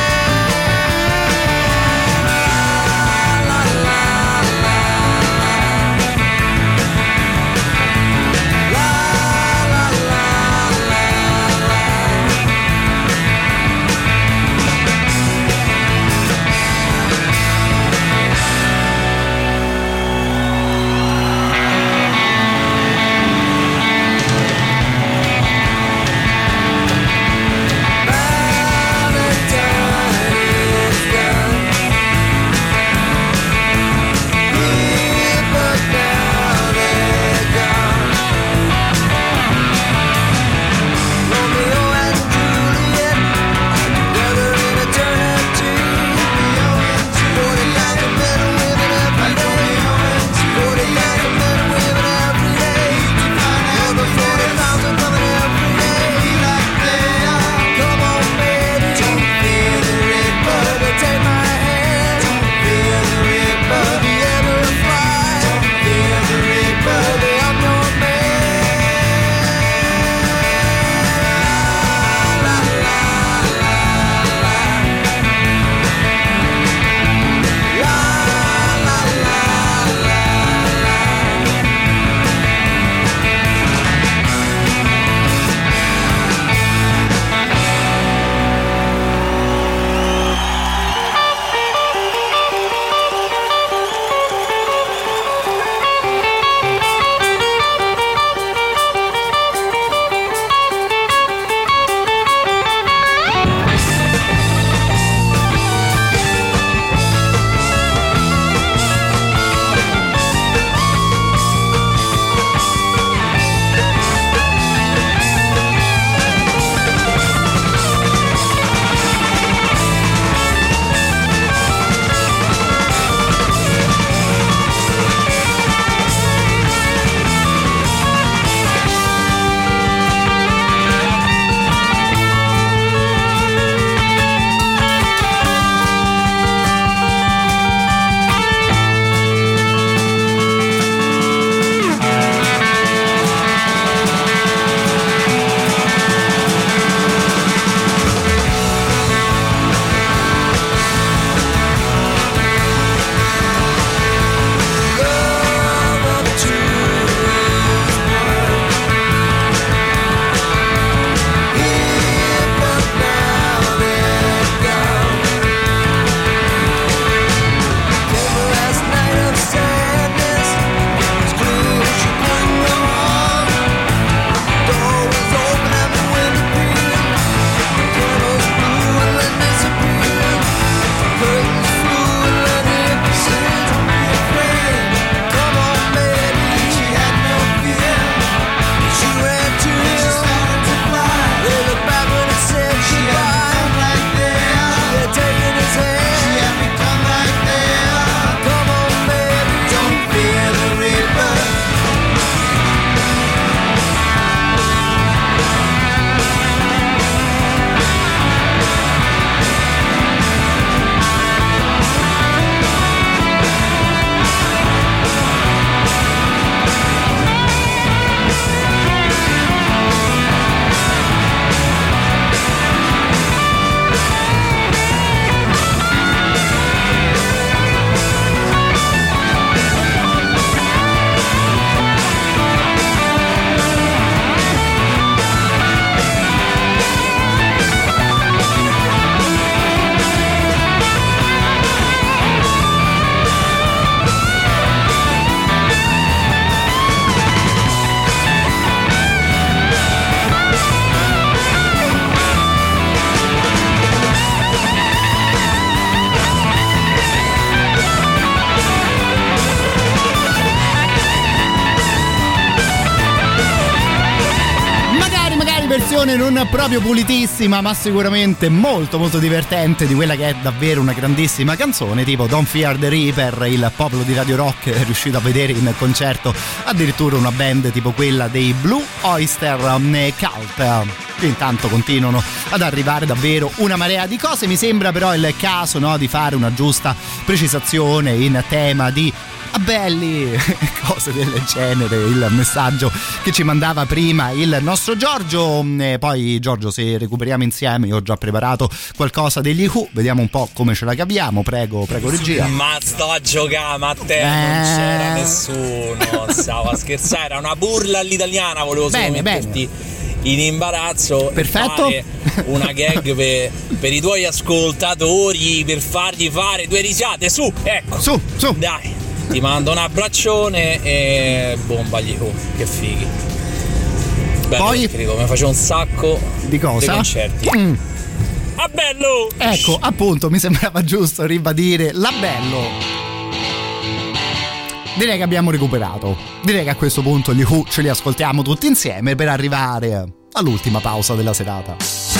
versione non proprio pulitissima, ma sicuramente molto molto divertente di quella che è davvero una grandissima canzone, tipo Don't Fear the Reaper. Il popolo di Radio Rock è riuscito a vedere in concerto addirittura una band tipo quella dei Blue Oyster Cult. Intanto continuano ad arrivare davvero una marea di cose. Mi sembra però il caso, no, di fare una giusta precisazione in tema di ah belli, cose del genere, il messaggio che ci mandava prima il nostro Giorgio. E poi Giorgio, se recuperiamo insieme, io ho già preparato qualcosa degli Who, vediamo un po' come ce la capiamo. Prego, prego regia. Ma sto a giocare, ma a te eh... non c'era nessuno, stavo a scherzare, era una burla all'italiana, volevo solo bene, metterti bene in imbarazzo. Perfetto. Fare una gag per, per i tuoi ascoltatori, per fargli fare due risate, su, ecco, su, su, dai, ti mando un abbraccione e bomba gli oh, che fighi. Bello, poi credo, mi facevo un sacco di cosa? Di concerti. Mm. Ah bello! Ecco, appunto, mi sembrava giusto ribadire la bello. Direi che abbiamo recuperato. Direi che a questo punto gli Who ce li ascoltiamo tutti insieme per arrivare all'ultima pausa della serata.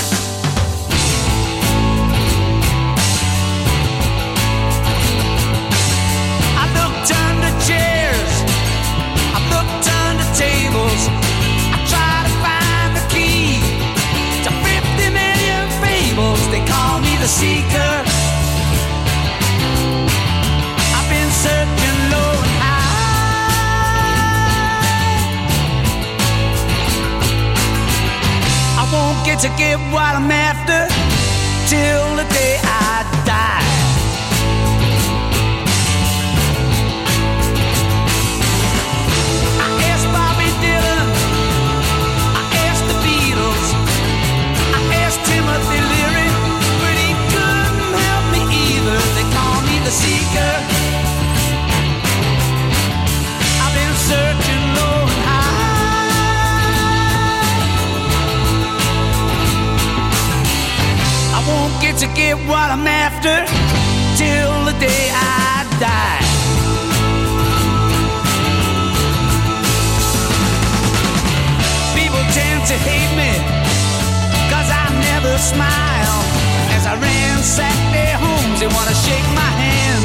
I looked under chairs, I looked under tables, I tried to find the key to fifty million fables. They call me the seeker. I've been searching low and high. I won't get to get what I'm after till the day I die. I asked Bobby Dylan, I asked the Beatles, I asked Timothy Leary, but he couldn't help me either. They call me the seeker. I've been searching low and high. I won't get to get what I'm after till the day I die. People tend to hate me 'cause I never smile. As I ransack their homes, they wanna shake my hand.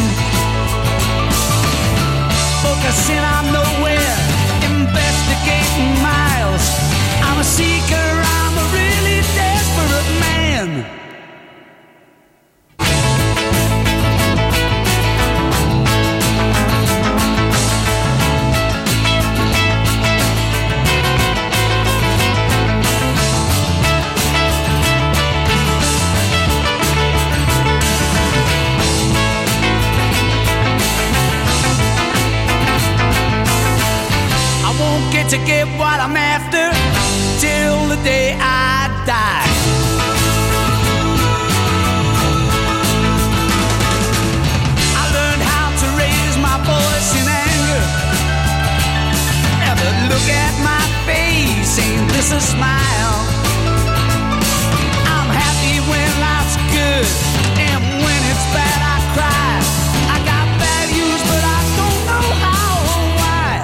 Focusing on nowhere, investigating miles. I'm a seeker, I'm a really desperate man. To get what I'm after till the day I die. I learned how to raise my voice in anger. Ever look at my face, ain't this a smile? I'm happy when life's good, and when it's bad I cry. I got values but I don't know how or why.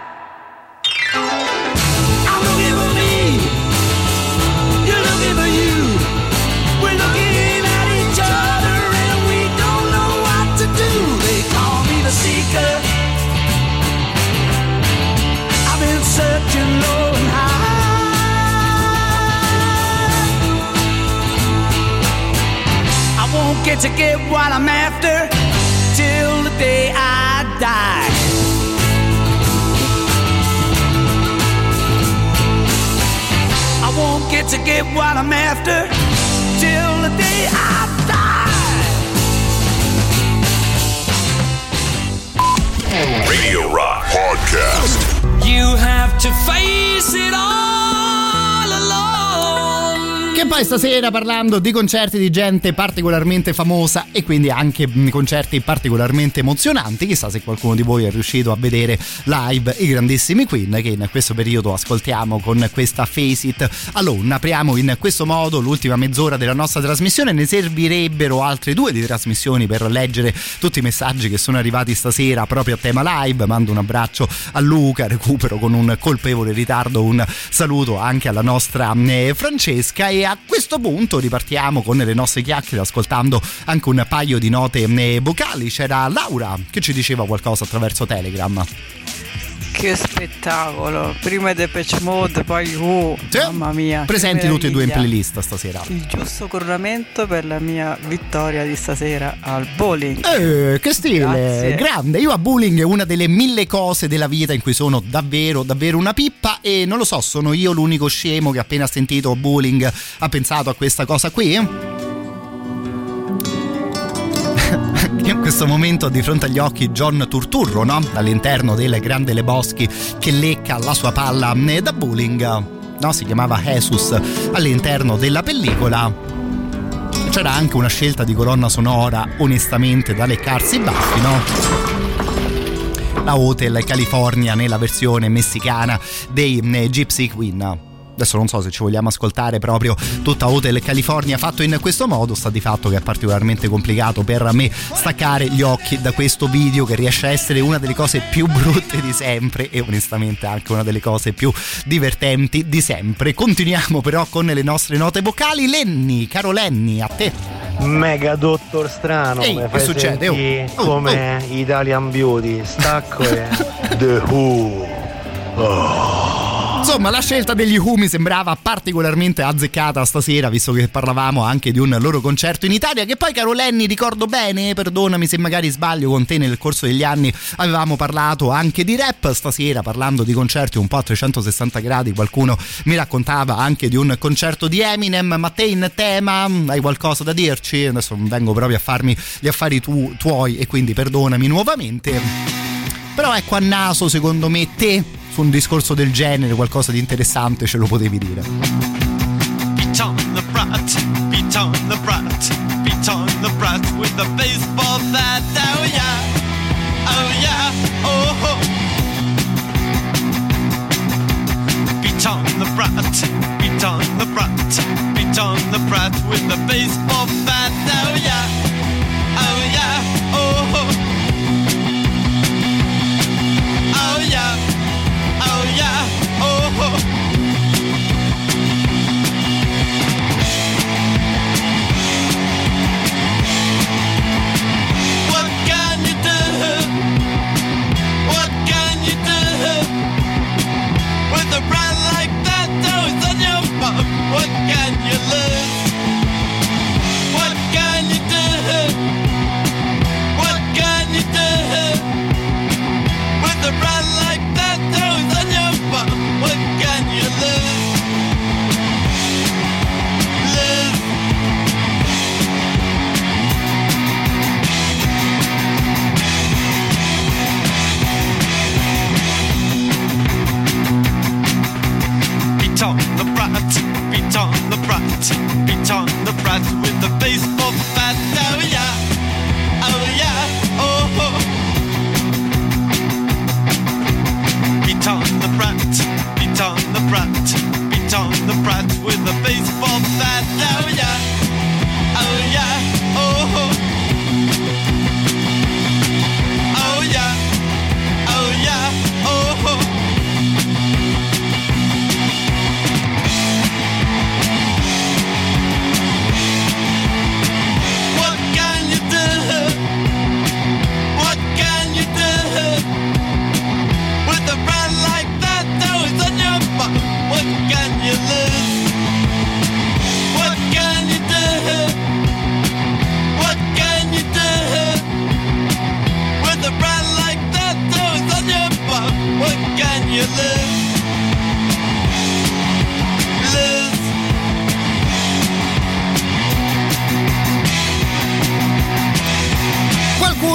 I'm looking for me, you're looking for you. We're looking at each other and we don't know what to do. They call me the seeker. I've been searching low and high. I won't get to get what I'm after till the day I die. I won't get to get what I'm after till the day I die. Radio Rock Podcast. You have to face it all alone. Che poi stasera, parlando di concerti di gente particolarmente famosa e quindi anche concerti particolarmente emozionanti, chissà se qualcuno di voi è riuscito a vedere live i grandissimi Queen, che in questo periodo ascoltiamo con questa Face It Alone. Apriamo in questo modo l'ultima mezz'ora della nostra trasmissione. Ne servirebbero altre due di trasmissioni per leggere tutti i messaggi che sono arrivati stasera proprio a tema live. Mando un abbraccio a Luca, recupero con un colpevole ritardo un saluto anche alla nostra eh, Francesca, e a questo punto ripartiamo con le nostre chiacchiere ascoltando anche un paio di note eh, vocali. C'era Laura che ci diceva qualcosa attraverso Telegram. Che spettacolo, prima Depeche Mode, poi uh, sì. Mamma mia, presenti tutti e due in playlist stasera. Il giusto coronamento per la mia vittoria di stasera al bowling. Eh, che stile, Grazie. grande. Io a bowling è una delle mille cose della vita in cui sono davvero davvero una pippa, e non lo so, sono io l'unico scemo che appena sentito bowling ha pensato a questa cosa qui? In questo momento ho di fronte agli occhi John Turturro, no? All'interno del grande Lebowski che lecca la sua palla da bowling, no? Si chiamava Jesus all'interno della pellicola. C'era anche una scelta di colonna sonora onestamente da leccarsi i baffi, no? La Hotel California nella versione messicana dei Gypsy Queen. Adesso non so se ci vogliamo ascoltare proprio tutta Hotel California fatto in questo modo. Sta di fatto che è particolarmente complicato per me staccare gli occhi da questo video, che riesce a essere una delle cose più brutte di sempre e onestamente anche una delle cose più divertenti di sempre. Continuiamo però con le nostre note vocali. Lenny, caro Lenny, a te. Mega Dottor Strano. Ehi, che succede? Oh, come oh. Italian Beauty, stacco e The Who. Oh. Insomma, la scelta degli Who mi sembrava particolarmente azzeccata stasera, visto che parlavamo anche di un loro concerto in Italia, che poi, caro Lenny, ricordo bene, perdonami se magari sbaglio, con te nel corso degli anni avevamo parlato anche di rap. Stasera, parlando di concerti un po' a trecentosessanta gradi, qualcuno mi raccontava anche di un concerto di Eminem. Ma te in tema hai qualcosa da dirci? Adesso non vengo proprio a farmi gli affari tu, tuoi e quindi perdonami nuovamente. Però ecco, a naso, secondo me, te su un discorso del genere qualcosa di interessante ce lo potevi dire. Beat on the brat, beat on the brat, beat on the brat with the baseball bat. Oh yeah, oh yeah, oh ho. Beat on the brat, beat on the brat, beat on the brat with the baseball bat. Oh yeah, oh yeah, oh ho. Oh yeah, oh yeah, oh ho. What can you do? What can you do? With a brand like that, oh, it's on your bum. What can you lose? What can you do?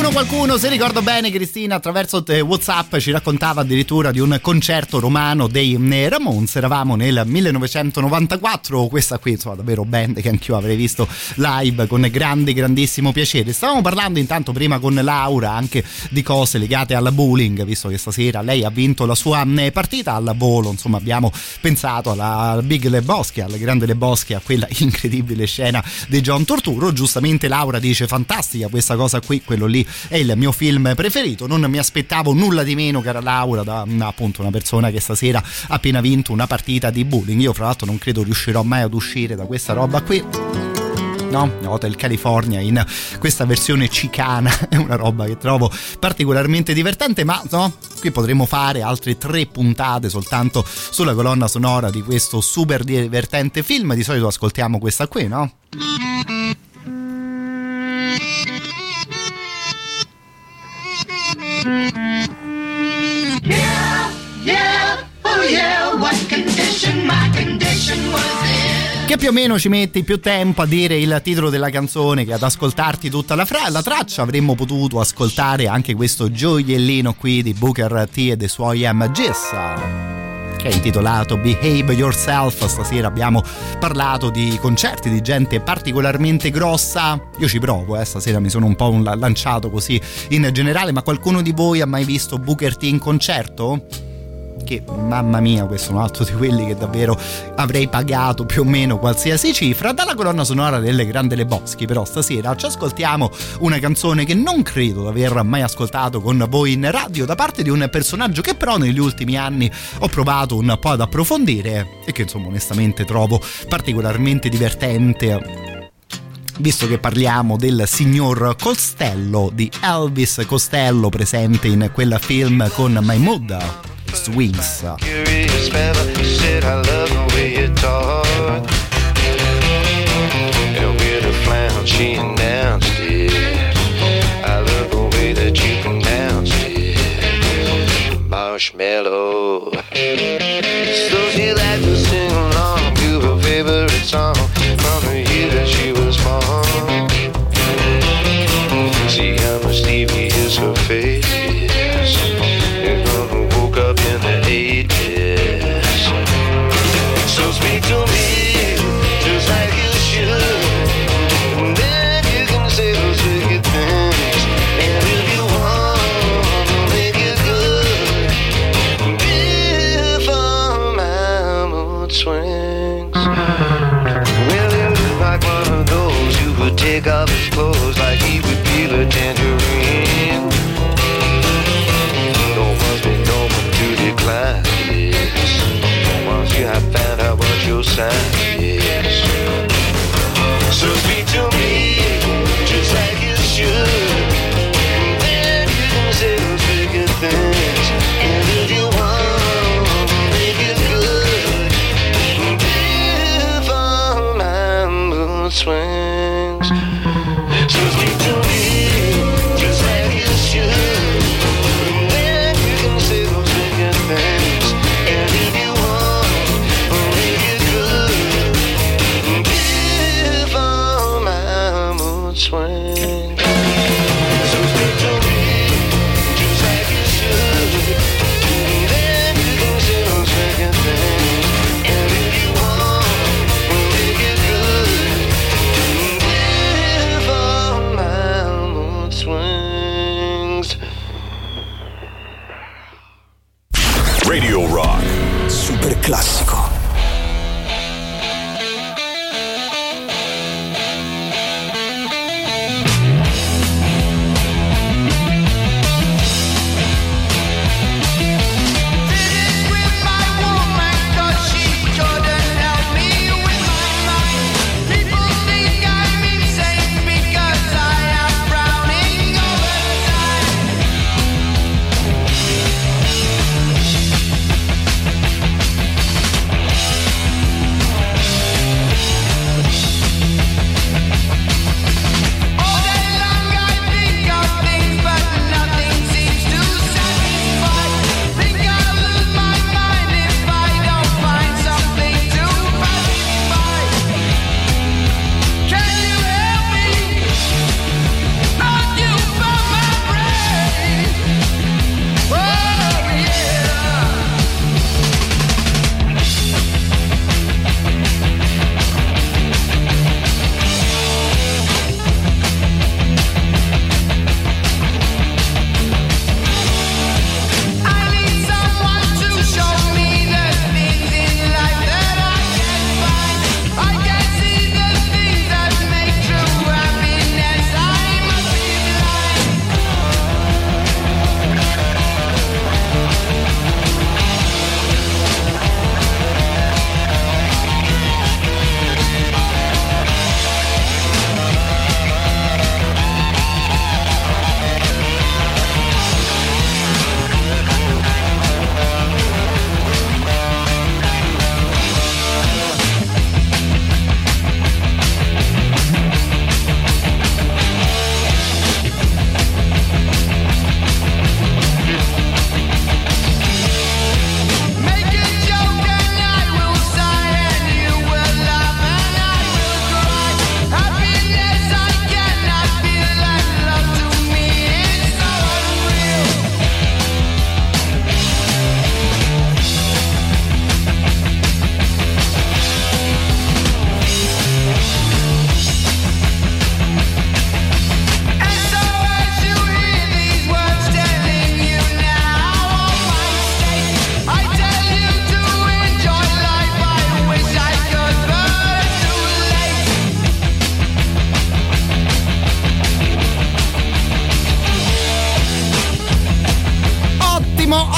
Qualcuno, qualcuno, se ricordo bene, Cristina attraverso WhatsApp ci raccontava addirittura di un concerto romano dei Ramones. Eravamo nel millenovecentonovantaquattro, questa qui insomma davvero band che anch'io avrei visto live con grande, grandissimo piacere. Stavamo parlando intanto prima con Laura anche di cose legate al bowling, visto che stasera lei ha vinto la sua partita al volo. Insomma, abbiamo pensato alla Big Lebowski, al grande Lebowski, a quella incredibile scena di John Turturro. Giustamente Laura dice: fantastica questa cosa qui, quello lì è il mio film preferito. Non mi aspettavo nulla di meno, cara Laura, da appunto una persona che stasera ha appena vinto una partita di bowling. Io fra l'altro non credo riuscirò mai ad uscire da questa roba qui, no? Hotel California in questa versione cicana è una roba che trovo particolarmente divertente, ma no, qui potremmo fare altre tre puntate soltanto sulla colonna sonora di questo super divertente film. Di solito ascoltiamo questa qui, no? Yeah, yeah, oh yeah, what condition my condition was in. Che più o meno ci metti più tempo a dire il titolo della canzone che ad ascoltarti tutta la, fra- la traccia. Avremmo potuto ascoltare anche questo gioiellino qui di Booker T e dei suoi M G S, che è intitolato Behave Yourself. Stasera abbiamo parlato di concerti, di gente particolarmente grossa. Io ci provo, eh, stasera mi sono un po' lanciato così in generale, ma qualcuno di voi ha mai visto Booker T in concerto? Che mamma mia, questo è un altro di quelli che davvero avrei pagato più o meno qualsiasi cifra. Dalla colonna sonora delle Grande Lebowski però stasera ci ascoltiamo una canzone che non credo di aver mai ascoltato con voi in radio, da parte di un personaggio che però negli ultimi anni ho provato un po' ad approfondire e che insomma onestamente trovo particolarmente divertente, visto che parliamo del signor Costello, di Elvis Costello, presente in quel film con Mahmood Swings. Curious fella, you said I love the way you talk. And we're the flouncing downstairs. I love the way that you pronounce it. Marshmallow. So she liked to sing along to her favorite song from the year that she was born. See how mischievous her face is. Up in the eighties. So speak to me just like you should, and then you can say those wicked things. And if you want to make it good before my mood swings, well, you look like one of those who would take off his clothes like he would peel a tangerine. Yes. Once you have found out what your sign is, so speak to me just like you should, and then you can say those wicked things. And if you want to make it good before my mood swings, so speak to me just like you should. Swing. So speak to me just like you should, and then you can say those wicked things. And if you want to make it good before my mood swings. Radio Rock Super classico.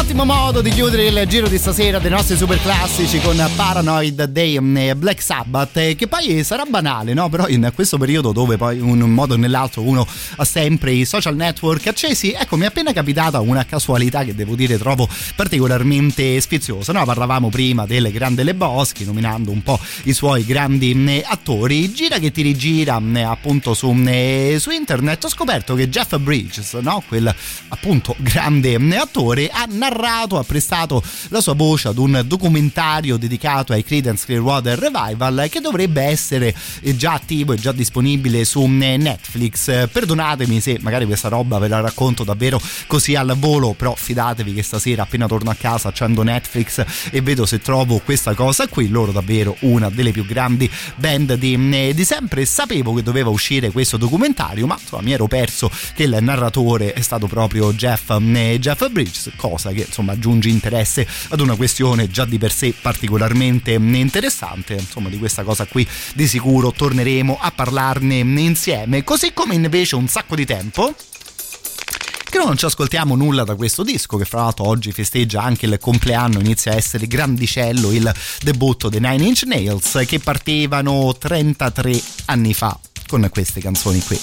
ottimo modo di chiudere il giro di stasera dei nostri super classici con Paranoid dei Black Sabbath, che poi sarà banale, no? Però in questo periodo dove poi in un modo o nell'altro uno ha sempre i social network accesi, ecco, mi è appena capitata una casualità che devo dire trovo particolarmente sfiziosa, no? Parlavamo prima del grande Lebowski, nominando un po' i suoi grandi attori. Gira che ti rigira appunto su, su internet, ho scoperto che Jeff Bridges, no? Quel appunto grande attore, ha narrato, ha prestato la sua voce ad un documentario dedicato ai Creedence Clearwater Revival che dovrebbe essere già attivo e già disponibile su Netflix. Perdonatemi se magari questa roba ve la racconto davvero così al volo, però fidatevi che stasera appena torno a casa accendo Netflix e vedo se trovo questa cosa qui. Loro davvero una delle più grandi band di, di sempre. Sapevo che doveva uscire questo documentario, ma insomma mi ero perso che il narratore è stato proprio Jeff, Jeff Bridges, cosa che insomma aggiunge interesse ad una questione già di per sé particolarmente interessante. Insomma, di questa cosa qui di sicuro torneremo a parlarne insieme, così come invece un sacco di tempo che non ci ascoltiamo nulla da questo disco, che fra l'altro oggi festeggia anche il compleanno, inizia a essere grandicello il debutto dei Nine Inch Nails, che partivano trentatré anni fa con queste canzoni qui.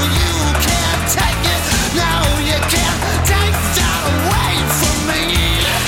Take it, no, you can't take that away from me.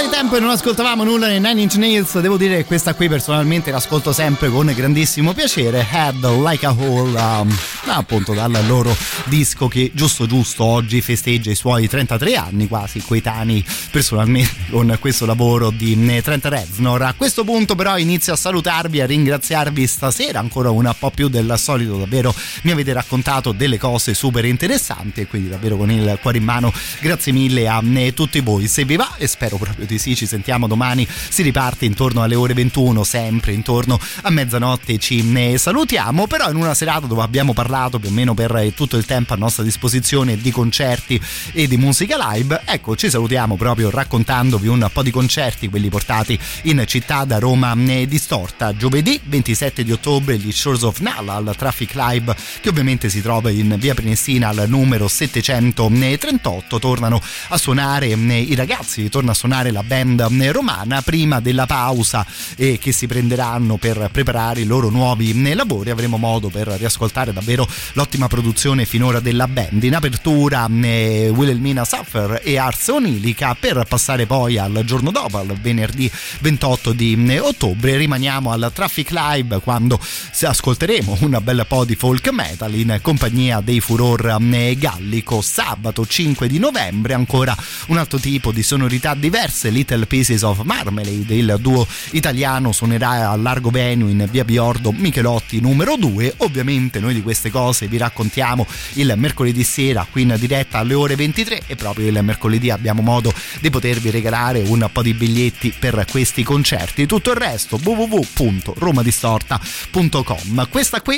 di tempo e non ascoltavamo nulla nei Nine Inch Nails. Devo dire che questa qui personalmente l'ascolto sempre con grandissimo piacere. Head Like a Hole, um, appunto dal loro disco che giusto giusto oggi festeggia i suoi trentatré anni, quasi coetanei personalmente con questo lavoro di Trent Reznor. A questo punto però inizio a salutarvi, a ringraziarvi stasera ancora un po' più del solito. Davvero mi avete raccontato delle cose super interessanti e quindi davvero con il cuore in mano grazie mille a tutti voi. Se vi va, e spero proprio di sì, ci sentiamo domani, si riparte intorno alle ore ventuno, sempre intorno a mezzanotte ci ne salutiamo, però in una serata dove abbiamo parlato più o meno per tutto il tempo a nostra disposizione di concerti e di musica live. Ecco, ci salutiamo proprio raccontandovi un po' di concerti, quelli portati in città da Roma Distorta. Giovedì ventisette di ottobre gli Shores of Null al Traffic Live, che ovviamente si trova in via Prenestina al numero settecentotrentotto. Tornano a suonare i ragazzi, torna a suonare la band romana prima della pausa e che si prenderanno per preparare i loro nuovi lavori. Avremo modo per riascoltare davvero l'ottima produzione finora della band. In apertura Wilhelmina Suffer e Ars Onilica, per passare poi al giorno dopo, al venerdì ventotto di ottobre. Rimaniamo al Traffic Live quando ascolteremo un bel po' di folk metal in compagnia dei Furor Gallico. Sabato cinque di novembre ancora un altro tipo di sonorità diverse, Little Pieces of Marmalade, il duo italiano suonerà al Largo Venue in via Biordo Michelotti numero due. Ovviamente noi di queste cose vi raccontiamo il mercoledì sera qui in diretta alle ore ventitré, e proprio il mercoledì abbiamo modo di potervi regalare un po' di biglietti per questi concerti. Tutto il resto w w w punto romadistorta punto com. Questa qui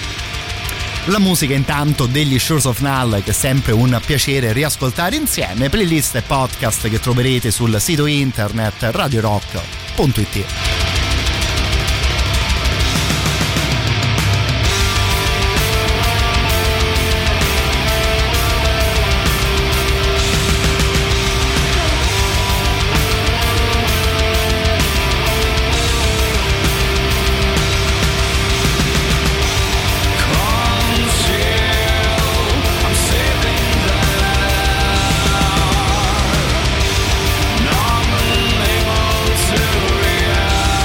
la musica intanto degli Shores of Null, che è sempre un piacere riascoltare insieme. Playlist e podcast che troverete sul sito internet radio rock punto it. To realize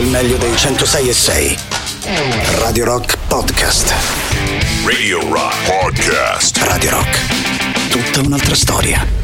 meglio dei centosei e sei. Radio Rock Podcast. Radio Rock Podcast. Radio Rock. Tutta un'altra storia.